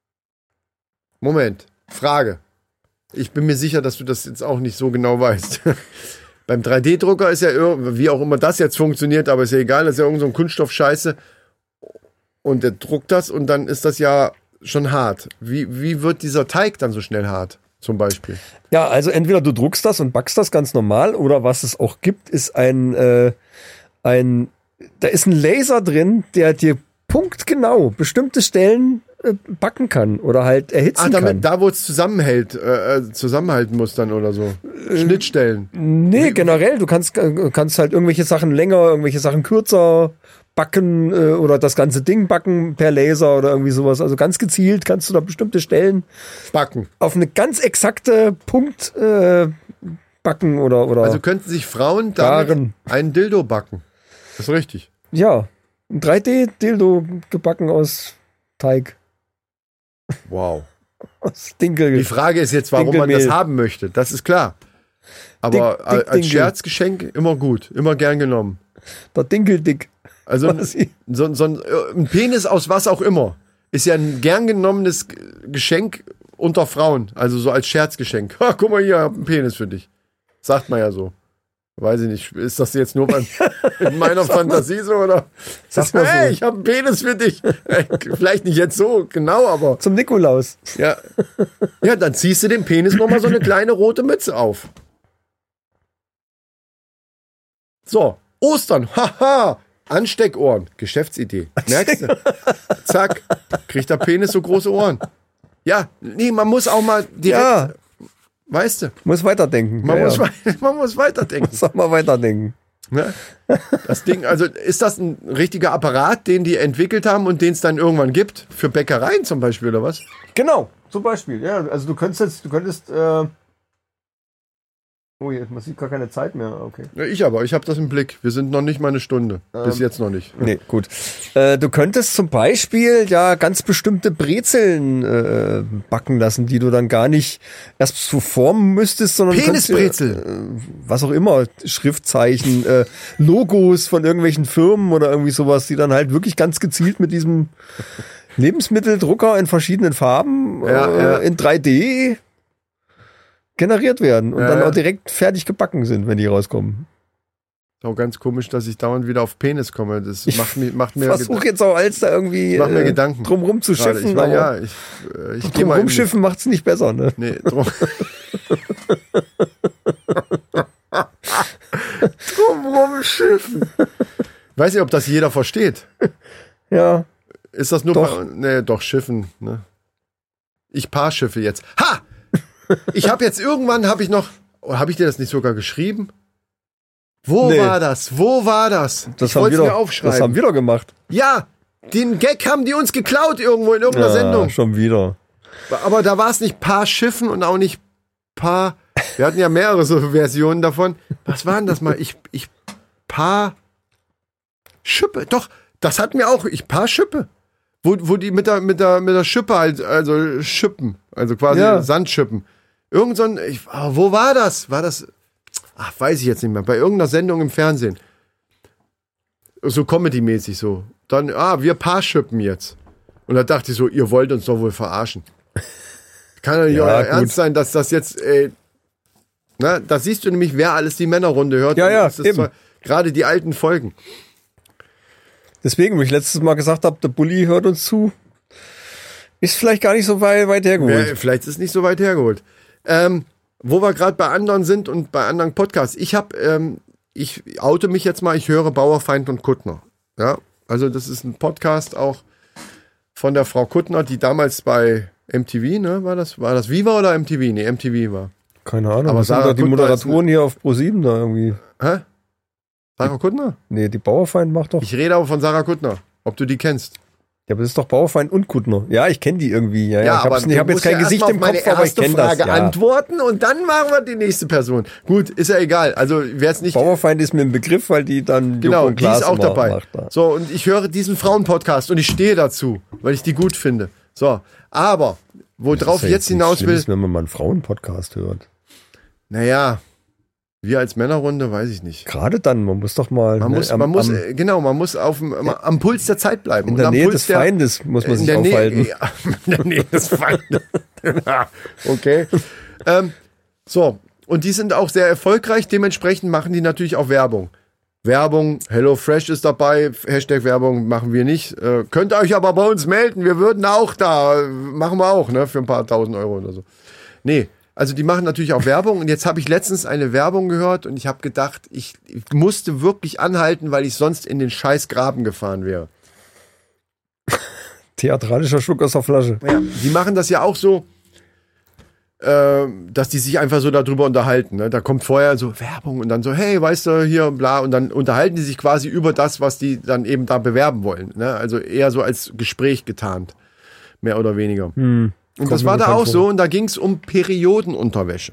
Moment. Frage. Ich bin mir sicher, dass du das jetzt auch nicht so genau weißt. Beim drei D-Drucker ist ja, ir- wie auch immer das jetzt funktioniert, aber ist ja egal, das ist ja irgend so ein Kunststoffscheiße. Und der druckt das und dann ist das ja schon hart. Wie, wie wird dieser Teig dann so schnell hart, zum Beispiel? Ja, also entweder du druckst das und backst das ganz normal oder was es auch gibt, ist ein, äh, ein, da ist ein Laser drin, der dir punktgenau bestimmte Stellen äh, backen kann oder halt Ah, erhitzen kann. damit, da wo es zusammenhält, äh, äh, zusammenhalten muss dann oder so. Schnittstellen. Nee, generell, du kannst, äh, kannst halt irgendwelche Sachen länger, irgendwelche Sachen kürzer backen äh, oder das ganze Ding backen per Laser oder irgendwie sowas. Also ganz gezielt kannst du da bestimmte Stellen Backen. auf eine ganz exakte Punkt äh, backen oder, oder Also könnten sich Frauen damit Garen. einen Dildo backen. Das ist richtig. ja, ein drei D-Dildo gebacken aus Teig, Wow. aus Dinkel. Die Frage ist jetzt, warum man das Dinkelmehl. haben möchte. Das ist klar. Aber Dick- a- dick als Dinkel. Scherzgeschenk immer gut. Immer gern genommen. Der Dinkeldick. Also Quasi. so, so ein, ein Penis aus was auch immer ist ja ein gern genommenes G- Geschenk unter Frauen. Also so als Scherzgeschenk. Ha, guck mal hier, ich hab einen Penis für dich. Sagt man ja so. Weiß ich nicht. Ist das jetzt nur beim, in meiner Fantasie so? Oder? Sag mal so. Hey, ich habe einen Penis für dich. Äh, Vielleicht nicht jetzt so genau, aber Zum Nikolaus. ja. Ja, dann ziehst du dem Penis nochmal so eine kleine rote Mütze auf. So, Ostern. Haha. Ansteckohren. Geschäftsidee. Merkst du? Zack. Kriegt der Penis so große Ohren. Ja, nee, man muss auch mal direkt, Ja, weißt du, muss weiterdenken. man, ja, muss, ja. wei- man muss weiterdenken. Sag mal weiterdenken. Ne? Das Ding, also ist das ein richtiger Apparat, den die entwickelt haben und den es dann irgendwann gibt? Für Bäckereien zum Beispiel, oder was? Genau, zum Beispiel. Ja, also du könntest jetzt, du könntest, äh oh, jetzt man sieht gar keine Zeit mehr. Okay. Ja, ich aber, ich habe das im Blick. Wir sind noch nicht mal eine Stunde. Bis jetzt noch nicht. Nee, gut. Äh, du könntest zum Beispiel ja ganz bestimmte Brezeln äh, backen lassen, die du dann gar nicht erst so formen müsstest, sondern du könntest dir, Penisbrezel. äh, was auch immer, Schriftzeichen, äh, Logos von irgendwelchen Firmen oder irgendwie sowas, die dann halt wirklich ganz gezielt mit diesem Lebensmitteldrucker in verschiedenen Farben Ja, äh, ja. in drei D generiert werden und Ja, dann ja. auch direkt fertig gebacken sind, wenn die rauskommen. Auch ganz komisch, dass ich dauernd wieder auf Penis komme. Das Ich macht, mir- macht mir, Versuch jetzt auch als da irgendwie Mach mir äh, Gedanken drumrum zu gerade. schiffen, Ich, war, aber ja, ich, äh, ich geh drum mal in- rumschiffen macht's nicht besser, ne? Nee, drum. drum rumschiffen. Weiß nicht, ob das jeder versteht. Ja, Ist das nur Doch. Pa- nee, doch Schiffen, ne? Ich paar Schiffe jetzt. Ha! Ich habe jetzt irgendwann habe ich noch habe ich dir das nicht sogar geschrieben? Wo Nee. war das? Wo war das? das ich haben wollte wir es mir doch, aufschreiben. das haben wir doch gemacht. Ja, den Gag haben die uns geklaut irgendwo in irgendeiner Ja, Sendung. schon wieder. Aber da war es nicht paar Schiffen und auch nicht paar. Wir hatten ja mehrere so Versionen davon. Was waren das mal? Ich, ich paar Schippe. Doch, das hatten wir auch. Ich paar Schippe. Wo, wo die mit der, mit der, mit der Schippe halt, also Schippen. Also quasi Ja. Sandschippen. Irgend so ein, ich, ah, wo war das? War das, ach, weiß ich jetzt nicht mehr, bei irgendeiner Sendung im Fernsehen. So Comedy-mäßig so. Dann, ah, wir Paarschippen jetzt. Und da dachte ich so, ihr wollt uns doch wohl verarschen. Kann doch nicht Ja, euer gut. Ernst sein, dass das jetzt, ey, na, da siehst du nämlich, wer alles die Männerrunde hört. Ja, ja, Das ist eben. zwar- Gerade die alten Folgen. Deswegen, wo ich letztes Mal gesagt habe, der Bulli hört uns zu, ist vielleicht gar nicht so weit, weit hergeholt. Ja, vielleicht ist es nicht so weit hergeholt. Ähm, wo wir gerade bei anderen sind und bei anderen Podcasts. Ich habe, ähm, ich oute mich jetzt mal, ich höre Bauerfeind und Kuttner. Ja, also das ist ein Podcast auch von der Frau Kuttner, die damals bei M T V, ne, war das, war das Viva oder M T V? Nee, M T V war. Keine Ahnung, Aber was sind Sarah da die Kuttner ist Moderatoren hier auf ProSieben da irgendwie? Hä? Sarah Kuttner? Nee, die Bauerfeind macht doch. Ich rede aber von Sarah Kuttner, ob du die kennst. Ja, aber das ist doch Bauerfeind und Kuttner. Ja, ich kenne die irgendwie. Ja, ja, ich hab's du nicht, ich habe jetzt musst kein ja Gesicht erst mal im auf meine Kopf, aber ich erste kenne das. Frage Ja. antworten und dann machen wir die nächste Person. Gut, ist ja egal. Also wer es nicht Bauerfeind ist mir ein Begriff, weil die dann genau, Joko und die Klaas ist auch immer dabei. macht da. So, und ich höre diesen Frauenpodcast und ich stehe dazu, weil ich die gut finde. So, aber worauf Das ist ja ich jetzt hinaus nichts will, Schlimmes, wenn man mal einen Frauenpodcast hört. naja, wir als Männerrunde, weiß ich nicht. Gerade dann, man muss doch mal Man ne, muss, am, man muss, am, äh, genau, man muss auf dem, am, am Puls der Zeit bleiben. in Und der am Nähe Puls des Feindes muss man in sich der Nähe- aufhalten. Ja, in der Nähe des Feindes. Ja, okay. ähm, so, und die sind auch sehr erfolgreich, dementsprechend machen die natürlich auch Werbung. Werbung, HelloFresh ist dabei, Hashtag Werbung machen wir nicht. Äh, könnt ihr euch aber bei uns melden, wir würden auch da, äh, machen wir auch, ne, für ein paar tausend Euro oder so. Nee, also die machen natürlich auch Werbung und jetzt habe ich letztens eine Werbung gehört und ich habe gedacht, ich, ich musste wirklich anhalten, weil ich sonst in den scheiß Graben gefahren wäre. Theatralischer Schluck aus der Flasche. Ja, die machen das ja auch so, äh, dass die sich einfach so darüber unterhalten. Ne? Da kommt vorher so Werbung und dann so, hey, weißt du, hier, bla, und dann unterhalten die sich quasi über das, was die dann eben da bewerben wollen. Ne? Also eher so als Gespräch getarnt, mehr oder weniger. Hm. Und Kommt das mir war da bekannt auch vor. so und da ging es um Periodenunterwäsche.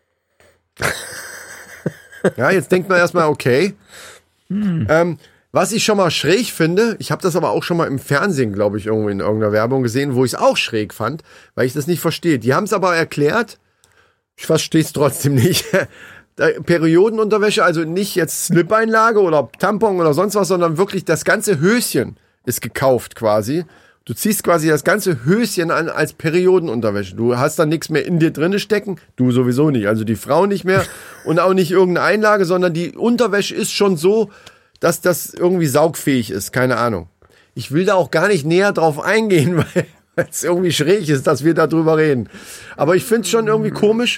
Ja, jetzt denkt man erstmal, okay. Hm. Ähm, was ich schon mal schräg finde, ich habe das aber auch schon mal im Fernsehen, glaube ich, irgendwo in irgendeiner Werbung gesehen, wo ich es auch schräg fand, weil ich das nicht verstehe. Die haben es aber erklärt, ich verstehe es trotzdem nicht. Da, Periodenunterwäsche, also nicht jetzt Slip-Einlage oder Tampon oder sonst was, sondern wirklich das ganze Höschen ist gekauft quasi. Du ziehst quasi das ganze Höschen an als Periodenunterwäsche. Du hast dann nichts mehr in dir drinne stecken. Du sowieso nicht. Also die Frau nicht mehr und auch nicht irgendeine Einlage, sondern die Unterwäsche ist schon so, dass das irgendwie saugfähig ist. Keine Ahnung. Ich will da auch gar nicht näher drauf eingehen, weil es irgendwie schräg ist, dass wir darüber reden. Aber ich finde es schon irgendwie komisch.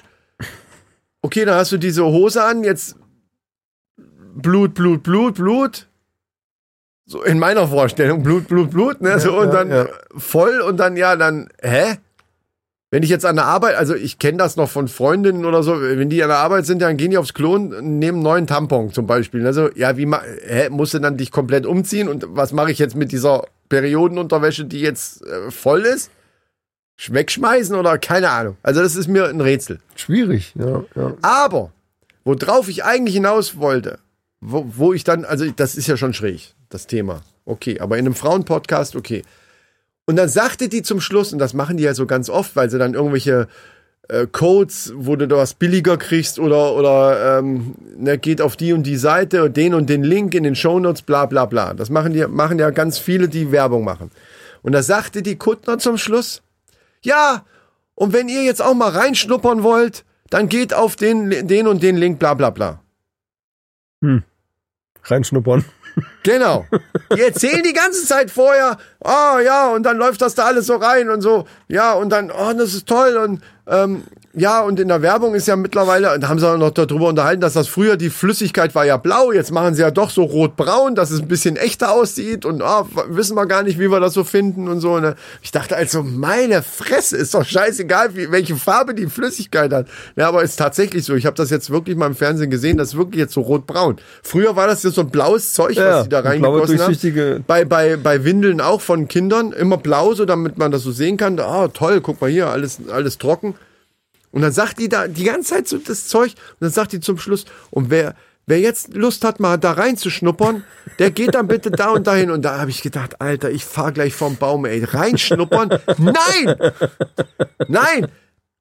Okay, dann hast du diese Hose an, jetzt Blut, Blut, Blut, Blut. So in meiner Vorstellung, Blut, Blut, Blut, ne? So, Ja, und ja, dann ja. voll und dann, ja, dann, hä? Wenn ich jetzt an der Arbeit, also ich kenne das noch von Freundinnen oder so, wenn die an der Arbeit sind, dann gehen die aufs Klo und nehmen einen neuen Tampon zum Beispiel. Also, ja, wie, ma- hä, musst du dann dich komplett umziehen und was mache ich jetzt mit dieser Periodenunterwäsche, die jetzt äh, voll ist? Wegschmeißen oder keine Ahnung. Also, das ist mir ein Rätsel. Schwierig, ja, ja. Aber, worauf ich eigentlich hinaus wollte, wo, wo ich dann, also das ist ja schon schräg, das Thema. Okay, aber in einem Frauenpodcast, okay. Und dann sagte die zum Schluss, und das machen die ja so ganz oft, weil sie dann irgendwelche äh, Codes, wo du da was billiger kriegst oder, oder ähm, ne, geht auf die und die Seite und den und den Link in den Shownotes, bla bla bla. Das machen, die, machen ja ganz viele, die Werbung machen. Und da sagte die Kuttner zum Schluss, ja, und wenn ihr jetzt auch mal reinschnuppern wollt, dann geht auf den, den und den Link, bla bla bla. Hm. Reinschnuppern. Genau. Die erzählen die ganze Zeit vorher, ah ja, und dann läuft das da alles so rein und so, ja, und dann, oh, das ist toll und ähm, ja, und in der Werbung ist ja mittlerweile, und da haben sie auch noch darüber unterhalten, dass das früher, die Flüssigkeit war ja blau, jetzt machen sie ja doch so rot-braun, dass es ein bisschen echter aussieht und ah, wissen wir gar nicht, wie wir das so finden und so. Ne? Ich dachte also, meine Fresse, ist doch scheißegal, wie, welche Farbe die Flüssigkeit hat. Ja, aber ist tatsächlich so, ich habe das jetzt wirklich mal im Fernsehen gesehen, das ist wirklich jetzt so rot-braun. Früher war das ja so ein blaues Zeug, Ja, was die da ein blauer, reingegossen haben. durchsichtige- Bei, bei, bei Windeln auch von Kindern, immer blau, so damit man das so sehen kann. Ah, toll, guck mal hier, alles, alles trocken. Und dann sagt die da die ganze Zeit so das Zeug und dann sagt die zum Schluss, und wer, wer jetzt Lust hat, mal da reinzuschnuppern, der geht dann bitte da und dahin. Und da habe ich gedacht, Alter, ich fahr gleich vom Baum, ey, reinschnuppern? Nein! Nein!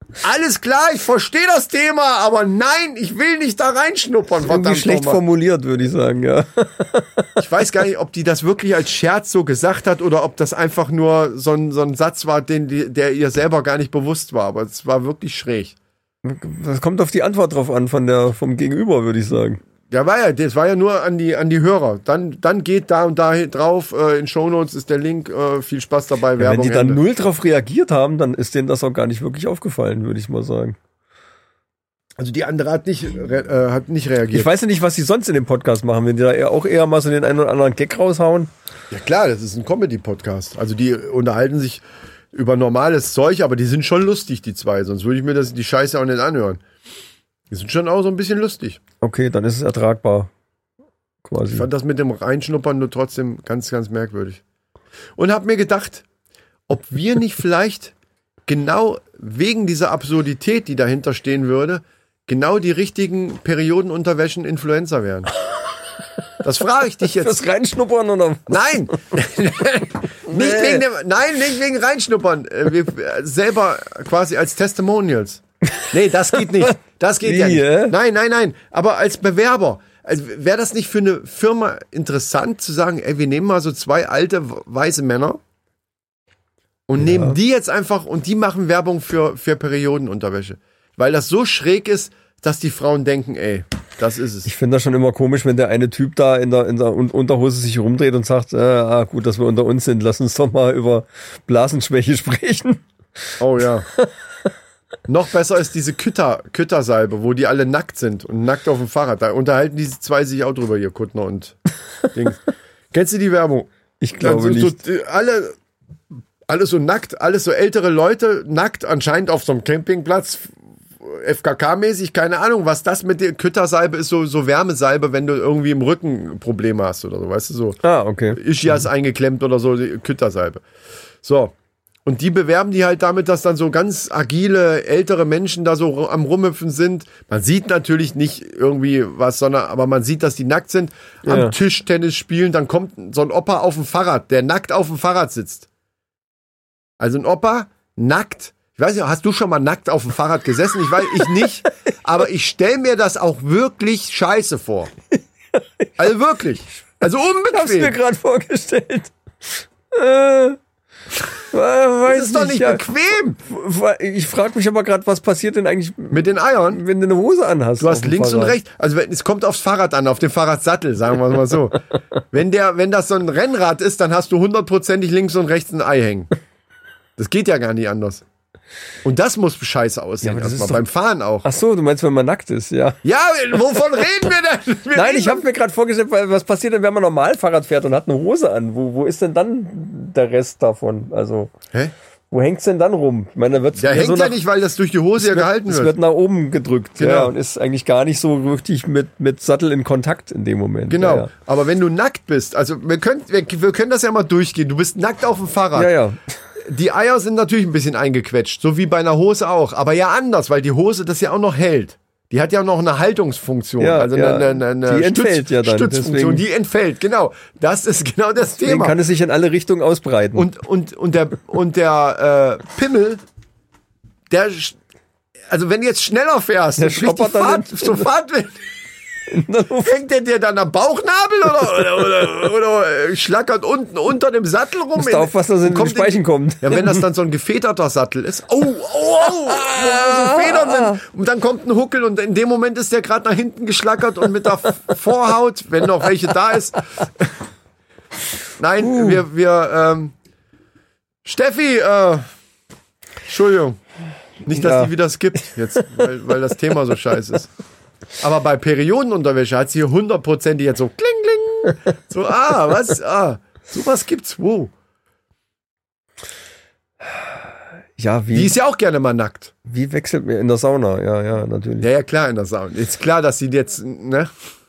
Alles klar, ich verstehe das Thema, aber nein, ich will nicht da reinschnuppern. Irgendwie schlecht nochmal. formuliert, würde ich sagen, ja. Ich weiß gar nicht, ob die das wirklich als Scherz so gesagt hat oder ob das einfach nur so ein, so ein Satz war, den, die, der ihr selber gar nicht bewusst war. Aber es war wirklich schräg. Das kommt auf die Antwort drauf an von der, vom Gegenüber, würde ich sagen. Ja, war ja, das war ja nur an die, an die Hörer. Dann, dann geht da und da drauf, äh, in Shownotes ist der Link, äh, viel Spaß dabei, Ja, Werbung. wenn die dann Ende. null drauf reagiert haben, dann ist denen das auch gar nicht wirklich aufgefallen, würde ich mal sagen. Also die andere hat nicht, re, äh, hat nicht reagiert. Ich weiß ja nicht, was sie sonst in dem Podcast machen, wenn die da eher auch eher mal so den einen oder anderen Gag raushauen. Ja klar, das ist ein Comedy-Podcast. Also die unterhalten sich über normales Zeug, aber die sind schon lustig, die zwei. Sonst würde ich mir das, die Scheiße auch nicht anhören. Die sind schon auch so ein bisschen lustig. Okay, dann ist es ertragbar. Quasi. Ich fand das mit dem Reinschnuppern nur trotzdem ganz, ganz merkwürdig. Und hab mir gedacht, ob wir nicht vielleicht genau wegen dieser Absurdität, die dahinter stehen würde, genau die richtigen Periodenunterwäschen Influencer wären. Das frage ich dich jetzt. Fürs Reinschnuppern oder? Nein! nicht wegen dem, nein, nicht wegen Reinschnuppern. Äh, Wir selber quasi als Testimonials. Nee, das geht nicht. Das geht Wie, ja nicht. äh? Nein, nein, nein. Aber als Bewerber. Also wäre das nicht für eine Firma interessant zu sagen, ey, wir nehmen mal so zwei alte weiße Männer und Ja. nehmen die jetzt einfach und die machen Werbung für, für Periodenunterwäsche. Weil das so schräg ist, dass die Frauen denken, ey, das ist es. Ich finde das schon immer komisch, wenn der eine Typ da in der, in der Un- Unterhose sich rumdreht und sagt, äh, ah, gut, dass wir unter uns sind, lass uns doch mal über Blasenschwäche sprechen. Oh ja. Noch besser ist diese Kütter, Küttersalbe, wo die alle nackt sind und nackt auf dem Fahrrad. Da unterhalten diese zwei sich auch drüber, hier Kuttner und Dings. Kennst du die Werbung? Ich glaube so, nicht. So, alle, alles so nackt, alles so ältere Leute nackt, anscheinend auf so einem Campingplatz, F K K-mäßig, keine Ahnung, was das mit der Küttersalbe ist, so, so Wärmesalbe, wenn du irgendwie im Rücken Probleme hast oder so, weißt du, so. Ah, okay. Ischias eingeklemmt oder so, die Küttersalbe. So. Und die bewerben die halt damit, dass dann so ganz agile, ältere Menschen da so am Rumhüpfen sind. Man sieht natürlich nicht irgendwie was, sondern, aber man sieht, dass die nackt sind, am Ja. Tisch Tennis spielen, dann kommt so ein Opa auf dem Fahrrad, der nackt auf dem Fahrrad sitzt. Also ein Opa, nackt. Ich weiß nicht, hast du schon mal nackt auf dem Fahrrad gesessen? Ich weiß, ich nicht. Aber ich stelle mir das auch wirklich scheiße vor. Also wirklich. Also Ich hab's mir unbequem. gerade vorgestellt. Äh, weiß Das ist doch nicht ja. bequem. Ich frage mich aber gerade, was passiert denn eigentlich, Mit den Eiern. wenn du eine Hose anhast? Du auf hast dem links und Fahrrad? rechts, also wenn, es kommt aufs Fahrrad an, auf den Fahrradsattel, sagen wir mal so. Wenn der, wenn das so ein Rennrad ist, dann hast du hundertprozentig links und rechts ein Ei hängen. Das geht ja gar nicht anders. Und das muss scheiße aussehen, Ja, aber das erstmal ist doch- beim Fahren auch. Ach so, du meinst, wenn man nackt ist, ja. Ja, wovon reden wir denn? Wir Nein, reden ich habe mir gerade vorgestellt, weil was passiert denn, wenn man normal Fahrrad fährt und hat eine Hose an? Wo, wo ist denn dann der Rest davon? Also, Hä? wo hängt's denn dann rum? Ich meine, da wird's Der mehr hängt so ja nach, nicht, weil das durch die Hose ja gehalten es wird. wird nach oben gedrückt, Genau. ja, und ist eigentlich gar nicht so richtig mit, mit Sattel in Kontakt in dem Moment. Genau. Ja, Aber wenn du nackt bist, also wir können, wir, wir können das ja mal durchgehen. Du bist nackt auf dem Fahrrad. ja. ja. Die Eier sind natürlich ein bisschen eingequetscht, so wie bei einer Hose auch. Aber ja anders, weil die Hose das ja auch noch hält. Die hat ja auch noch eine Haltungsfunktion. Ja, also ja. eine, eine, eine Die entfällt ja dann, Stützfunktion, deswegen- die entfällt, genau. Das ist genau das Deswegen Thema. kann es sich in alle Richtungen ausbreiten. Und, und, und der, und der äh, Pimmel, der, sch- also wenn du jetzt schneller fährst, Der und richtig schloppert dann Fahrt, in- so Fahrt, in der Luft. hängt der dir dann am Bauchnabel oder, oder, oder, oder äh, schlackert unten unter dem Sattel rum? Musst du aufpassen, dass er in den kommt Speichen kommt. Ja, wenn das dann so ein gefederter Sattel ist. Oh, oh, oh, wo so Federn sind. Und dann kommt ein Huckel und in dem Moment ist der gerade nach hinten geschlackert und mit der Vorhaut, wenn noch welche da ist. Nein, Uh. wir, wir, ähm, Steffi, äh, Entschuldigung. Nicht, dass Ja. die wieder skippt jetzt, weil, weil das Thema so scheiße ist. Aber bei Periodenunterwäsche hat sie hier hundertprozentig jetzt so kling, kling. So, ah, was, ah, sowas gibt's, wo? Ja, Die wie, ist ja auch gerne mal nackt. wie wechselt mir in der Sauna? Ja, ja, natürlich. Ja, ja, klar, in der Sauna. Ist klar, dass sie jetzt, ne?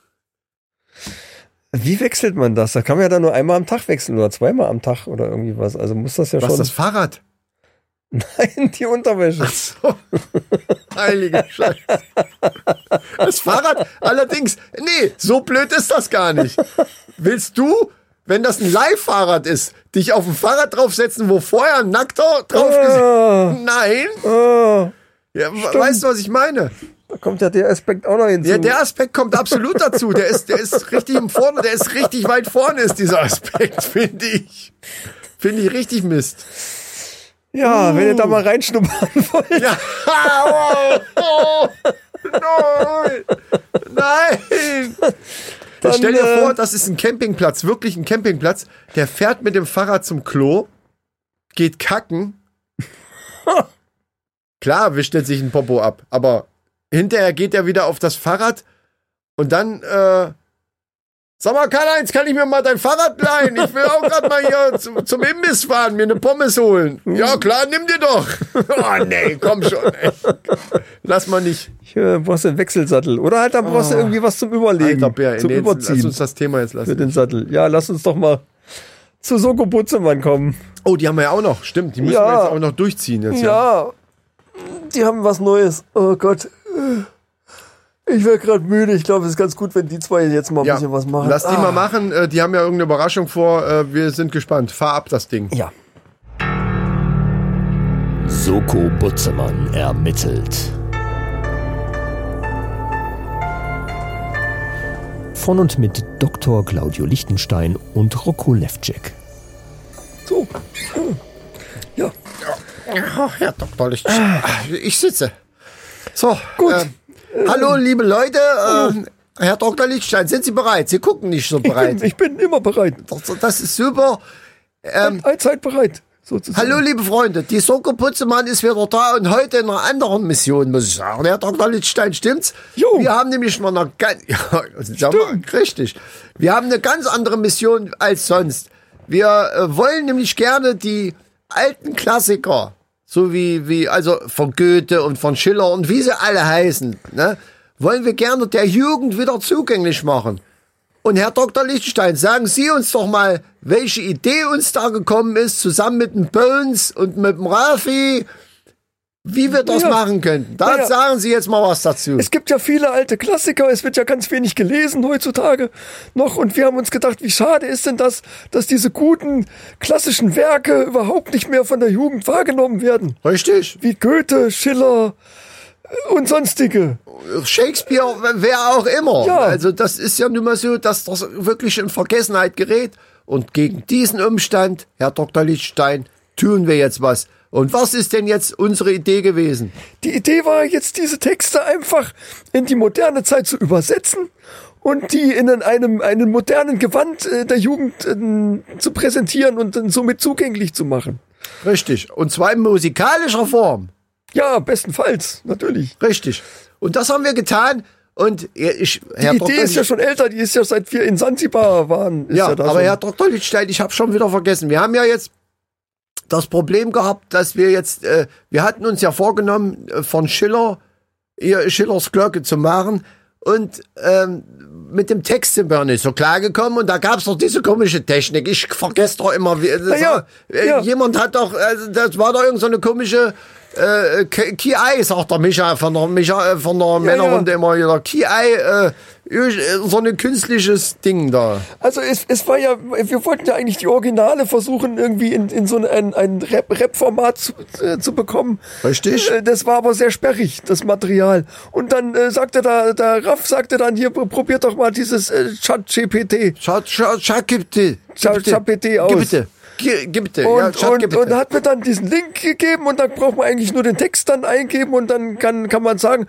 Wie wechselt man das? Da kann man ja dann nur einmal am Tag wechseln oder zweimal am Tag oder irgendwie was. Also muss das ja Was, schon. das Fahrrad? Nein, die Unterwäsche. So. Heilige Scheiße. Das Fahrrad, allerdings, nee, so blöd ist das gar nicht. Willst du, wenn das ein Leihfahrrad ist, dich auf ein Fahrrad draufsetzen, wo vorher ein Nackter drauf Ah. gesessen? Nein. Oh, Ja, weißt du, was ich meine? Da kommt ja der Aspekt auch noch hinzu. Ja, der Aspekt kommt absolut dazu. Der ist, der ist richtig im Vorne, der ist richtig weit vorne, ist dieser Aspekt, finde ich. Finde ich richtig Mist. Ja, uh. wenn ihr da mal reinschnuppern wollt. Ja. Oh, oh, nein. Nein. Dann, stell dir äh, vor, das ist ein Campingplatz, wirklich ein Campingplatz. Der fährt mit dem Fahrrad zum Klo, geht kacken. Klar, wischt er sich ein Popo ab, aber hinterher geht er wieder auf das Fahrrad und dann, äh, sag mal, Karl-Heinz, kann ich mir mal dein Fahrrad leihen? Ich will auch gerade mal hier zum, zum Imbiss fahren, mir eine Pommes holen. Ja, klar, nimm dir doch. Oh, nee, komm schon, ey. Lass mal nicht. Ich äh, brauchst du einen Wechselsattel. Oder halt, dann brauchst du oh. irgendwie was zum Überlegen. Alter Bär, zum nee, Überziehen. Lass uns das Thema jetzt lassen. Für den Sattel. Ja, lass uns doch mal zu Soko Butzemann kommen. Oh, die haben wir ja auch noch. Stimmt, die müssen ja. wir jetzt auch noch durchziehen. Jetzt, ja. ja, die haben was Neues. Oh Gott. Ich wäre gerade müde. Ich glaube, es ist ganz gut, wenn die zwei jetzt mal ein ja. bisschen was machen. Lass die ah. mal machen. Die haben ja irgendeine Überraschung vor. Wir sind gespannt. Fahr ab das Ding. Ja. Soko Butzemann ermittelt. Von und mit Doktor Claudio Lichtenstein und Rocco Levcek. So. Ja. Ja, Herr Doktor Lichtenstein. Ich sitze. So. Gut. Äh, Hallo, liebe Leute, äh, Herr Doktor Lichtenstein, sind Sie bereit? Sie gucken nicht so bereit. Ich bin, ich bin immer bereit. Das, das ist super. Ähm, Allzeit bereit, sozusagen. Hallo, liebe Freunde, die Soko Butzemann ist wieder da und heute in einer anderen Mission, muss ich sagen. Herr Doktor Lichtenstein, stimmt's? Jo. Wir haben nämlich mal eine ganz, ja, sag mal, richtig. Wir haben eine ganz andere Mission als sonst. Wir äh, wollen nämlich gerne die alten Klassiker, so wie, wie, also von Goethe und von Schiller und wie sie alle heißen, ne, wollen wir gerne der Jugend wieder zugänglich machen. Und Herr Doktor Lichtenstein, sagen Sie uns doch mal, welche Idee uns da gekommen ist, zusammen mit dem Bones und mit dem Rafi, wie wir das ja. machen könnten. Da ja. sagen Sie jetzt mal was dazu. Es gibt ja viele alte Klassiker, es wird ja ganz wenig gelesen heutzutage noch und wir haben uns gedacht, wie schade ist denn das, dass diese guten klassischen Werke überhaupt nicht mehr von der Jugend wahrgenommen werden. Richtig. Wie Goethe, Schiller und sonstige. Shakespeare, wer auch immer. Ja. Also das ist ja nun mal so, dass das wirklich in Vergessenheit gerät. Und gegen diesen Umstand, Herr Doktor Lichtenstein, tun wir jetzt was. Und was ist denn jetzt unsere Idee gewesen? Die Idee war jetzt, diese Texte einfach in die moderne Zeit zu übersetzen und die in einem, einem modernen Gewand der Jugend äh, zu präsentieren und dann somit zugänglich zu machen. Richtig. Und zwar in musikalischer Form. Ja, bestenfalls, natürlich. Richtig. Und das haben wir getan. Und ich, Herr die Idee Doktor ist ja schon älter, die ist ja seit wir in Sansibar waren. Ist ja, ja da aber schon. Herr Doktor Lichtenstein, ich habe schon wieder vergessen. Wir haben ja jetzt das Problem gehabt, dass wir jetzt, äh, wir hatten uns ja vorgenommen, äh, von Schiller, ihr Schillers Glocke zu machen. Und ähm, mit dem Text sind wir nicht so klar gekommen. Und da gab es doch diese komische Technik. Ich vergesse doch immer, wie, das ja, war, äh, ja. jemand hat doch, also das war doch irgend so eine komische äh, Key Eye, sagt der Micha von der, Micha, von der ja, Männerrunde ja. immer wieder. Key Eye, äh, so ein künstliches Ding da. Also es, es war ja, wir wollten ja eigentlich die Originale versuchen, irgendwie in, in so ein, ein Rap, Rap-Format zu, äh, zu bekommen. Richtig. Äh, das war aber sehr sperrig, das Material. Und dann äh, sagte da, der Raff sagte dann, hier, probiert doch mal dieses äh, Chat-G P T. Chat-G P T. Chat-G P T aus. Gib bitte. Gib bitte. Und, ja, und, und hat mir dann diesen Link gegeben und dann braucht man eigentlich nur den Text dann eingeben und dann kann, kann man sagen,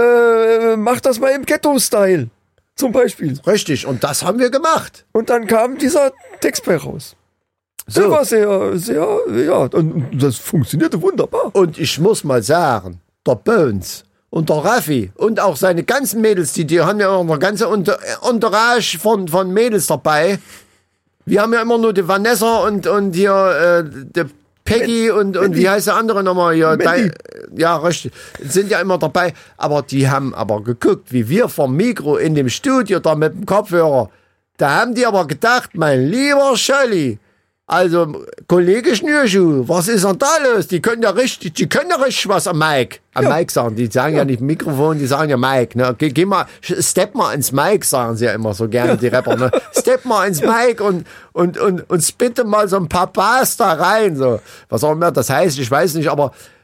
äh, mach das mal im Ghetto-Style. Zum Beispiel. Richtig, und das haben wir gemacht. Und dann kam dieser Text bei raus. So. Der war sehr, sehr, ja, und das funktionierte wunderbar. Und ich muss mal sagen, der Bones und der Raffi und auch seine ganzen Mädels, die, die haben ja auch eine ganze Unter Entourage von, von Mädels dabei. Wir haben ja immer nur die Vanessa und, und hier äh, die Peggy und, und wie heißt der andere nochmal hier? Dei, ja, richtig. Sind ja immer dabei. Aber die haben aber geguckt, wie wir vom Mikro in dem Studio da mit dem Kopfhörer. Da haben die aber gedacht, mein lieber Scholli, also Kollege Schnürschuh, was ist denn da los? Die können ja richtig, die können ja richtig was am Mic. Am ja. Mic sagen. Die sagen ja. ja nicht Mikrofon, die sagen ja Mic. Ne? Geh, geh mal, step mal ins Mic, sagen sie ja immer so gerne, ja. die Rapper. Ne? Step mal ins ja. Mic und, und, und, und spitte mal so ein paar Bars da rein. So. Was auch immer das heißt, ich weiß nicht, aber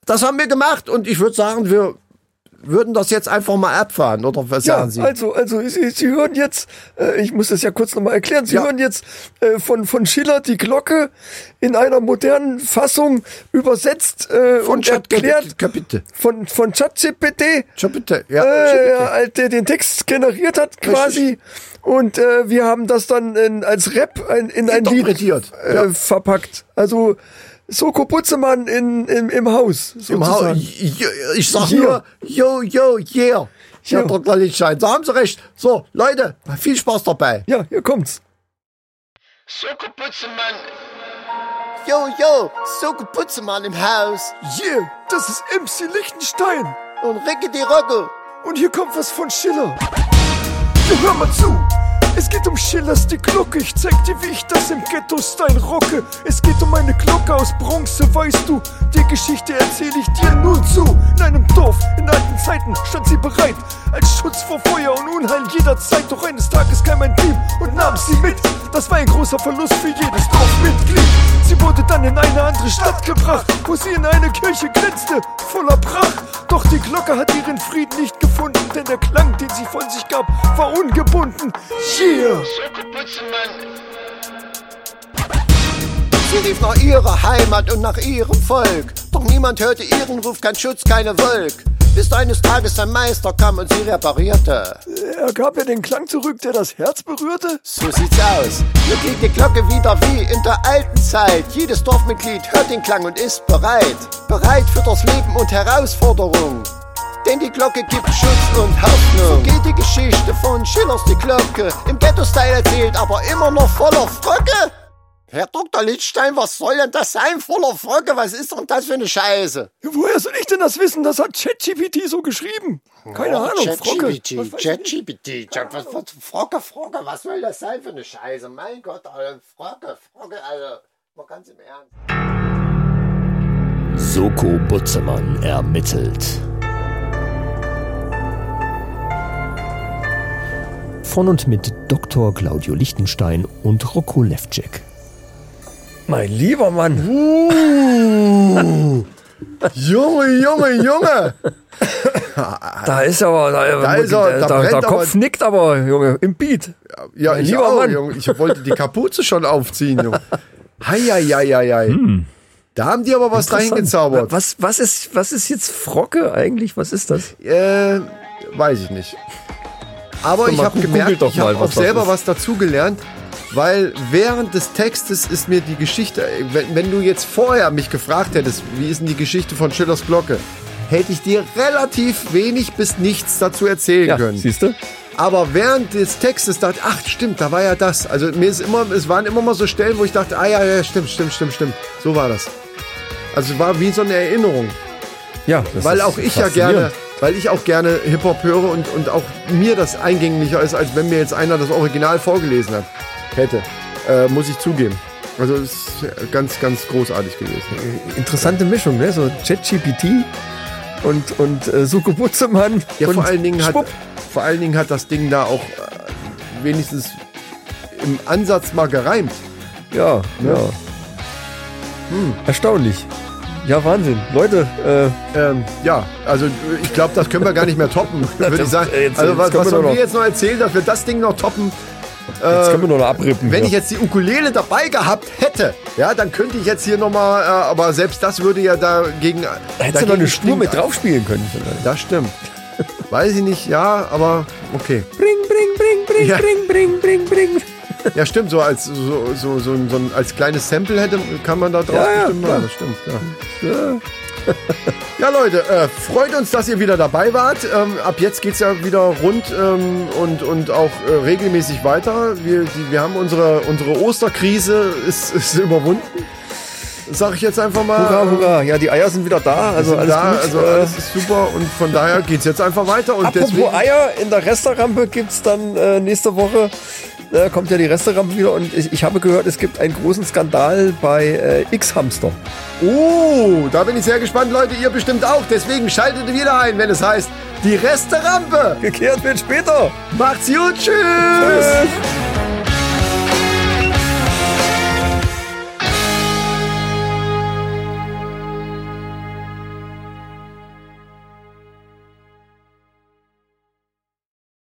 Das haben wir gemacht und ich würde sagen, wir würden das jetzt einfach mal abfahren, oder was Ja, sagen Sie? also, also Sie, Sie hören jetzt, äh, ich muss das ja kurz nochmal erklären, Sie Ja. hören jetzt äh, von, von Schiller die Glocke in einer modernen Fassung übersetzt äh, Von und erklärt Bitte. von, von ChatGPT, Schon bitte. Ja, äh, ja, der den Text generiert hat quasi. Und äh, wir haben das dann in, als Rap ein, in ein Lied Interpretiert, äh, ja. verpackt. Also Soko Butzemann in, im, im Haus. Im Haus. sozusagen. Ich sag Hier. nur, yo, yo, yeah. Hier. Herr Doktor Lichtstein, da haben Sie recht. So, Leute, viel Spaß dabei. Ja, hier kommt's. Soko Putzemann. Yo, yo, Soko Putzemann im Haus. Yeah, das ist M C Lichtenstein. Und Ricke die Rocke. Und hier kommt was von Schiller. Du hör mal zu. Es geht um Schillers die Glocke. Ich zeig dir, wie ich das im Ghetto-Style rocke. Es geht um eine Glocke aus Bronze, weißt du. Die Geschichte erzähl ich dir nun zu. In einem Dorf, in alten Zeiten, stand sie bereit. Als Schutz vor Feuer und Unheil jederzeit. Doch eines Tages kam ein Dieb und nahm sie mit. Das war ein großer Verlust für jedes Dorfmitglied. Sie wurde dann in eine andere Stadt gebracht, wo sie in eine Kirche glänzte, voller Pracht. Doch die Glocke hat ihren Frieden nicht gefunden, denn der Klang, den sie von sich gab, war ungebunden. Yeah! Sie rief nach ihrer Heimat und nach ihrem Volk. Doch niemand hörte ihren Ruf, kein Schutz, keine Wolk. Bis eines Tages ein Meister kam und sie reparierte. Er gab ihr den Klang zurück, der das Herz berührte. So sieht's aus. Hier klingt die Glocke wieder wie in der alten Zeit. Jedes Dorfmitglied hört den Klang und ist bereit. Bereit für das Leben und Herausforderung. Denn die Glocke gibt Schutz und Hoffnung. So geht die Geschichte von Schillers die Glocke. Im Ghetto-Style erzählt, aber immer noch voller Fröcke. Herr Doktor Lichtstein, was soll denn das sein? Voller Fröcke, was ist denn das für eine Scheiße? Woher soll ich denn das wissen? Das hat ChatGPT so geschrieben. Keine Ahnung, Frocke. ChatGPT, ChatGPT, was, was, Frocke, Frocke, was soll das sein für eine Scheiße? Mein Gott, Alter, Frocke, Frocke, Alter, mal ganz im Ernst. Soko Butzemann ermittelt. Von und mit Doktor Claudio Lichtenstein und Rocco Lefcek. Mein lieber Mann. Uh, Junge, Junge, Junge. Da ist aber, da, Da ist er, da da, brennt der Kopf aber- nickt aber, Junge, im Beat. Ja, Mein ich lieber auch, Mann. Junge. Ich wollte die Kapuze schon aufziehen, Junge. Heieieiei. Hm. Da haben die aber was dahin gezaubert. Was, was ist, was ist jetzt Frocke eigentlich? Was ist das? Äh, weiß ich nicht. Aber Guck ich mal, habe googelt gemerkt, doch ich habe mal, auch was das selber ist. was dazugelernt, weil während des Textes ist mir die Geschichte, wenn, wenn du jetzt vorher mich gefragt hättest, wie ist denn die Geschichte von Schillers Glocke, hätte ich dir relativ wenig bis nichts dazu erzählen Ja, können. siehst du? Aber während des Textes dachte ich, ach stimmt, da war ja das. Also mir ist immer, es waren immer mal so Stellen, wo ich dachte, ah ja, ja, stimmt, stimmt, stimmt, stimmt. So war das. Also es war wie so eine Erinnerung. Ja, das Weil ist auch ich ja faszinierend. gerne, weil ich auch gerne Hip-Hop höre und, und auch mir das eingänglicher ist, als wenn mir jetzt einer das Original vorgelesen hat. Hätte. Äh, muss ich zugeben. Also es ist ganz, ganz großartig gewesen. Interessante Mischung, ne? So ChatGPT und, und äh, Soko Butzemann. Ja, und vor allen Dingen hat, schwupp. vor allen Dingen hat das Ding da auch äh, wenigstens im Ansatz mal gereimt. Ja, ja. Hm. Erstaunlich. Ja, Wahnsinn. Leute, äh, Ähm, ja, also ich glaube, das können wir gar nicht mehr toppen, würde ich sagen. äh, jetzt- Also jetzt was, können was wir haben nur wir noch- jetzt noch erzählt, dass wir das Ding noch toppen? jetzt können wir nur noch abrippen. Wenn ja. ich jetzt die Ukulele dabei gehabt hätte, ja, dann könnte ich jetzt hier nochmal, äh, aber selbst das würde ja dagegen... Da hättest du noch dagegen eine Spur stinken. mit drauf spielen können. Vielleicht. Das stimmt. Weiß ich nicht, ja, aber okay. Bring, bring, bring, bring, Ja. bring, bring, bring, bring. Ja, stimmt, so als, so, so, so, ein- so ein, als kleines Sample hätte, kann man da drauf Ja, ja, bestimmt klar. machen. Das stimmt, ja. Ja, Leute, äh, freut uns, dass ihr wieder dabei wart. Ähm, ab jetzt geht's ja wieder rund ähm, und, und auch äh, regelmäßig weiter. Wir, die, wir haben unsere, unsere Osterkrise ist, ist überwunden. Sag ich jetzt einfach mal. Hurra, hurra. Ja, die Eier sind wieder da. Also sind alles da, gut. also Äh, alles ist super und von daher geht's jetzt einfach weiter. Und Apropos deswegen, Eier, in der Restaurante gibt's dann äh, nächste Woche, äh, kommt ja die Restaurante wieder und ich, ich habe gehört, es gibt einen großen Skandal bei äh, X-Hamster. oh, da bin ich sehr gespannt, Leute. Ihr bestimmt auch. Deswegen schaltet wieder ein, wenn es heißt, die Resterampe. Gekehrt wird später. Macht's gut, tschüss. Tschüss.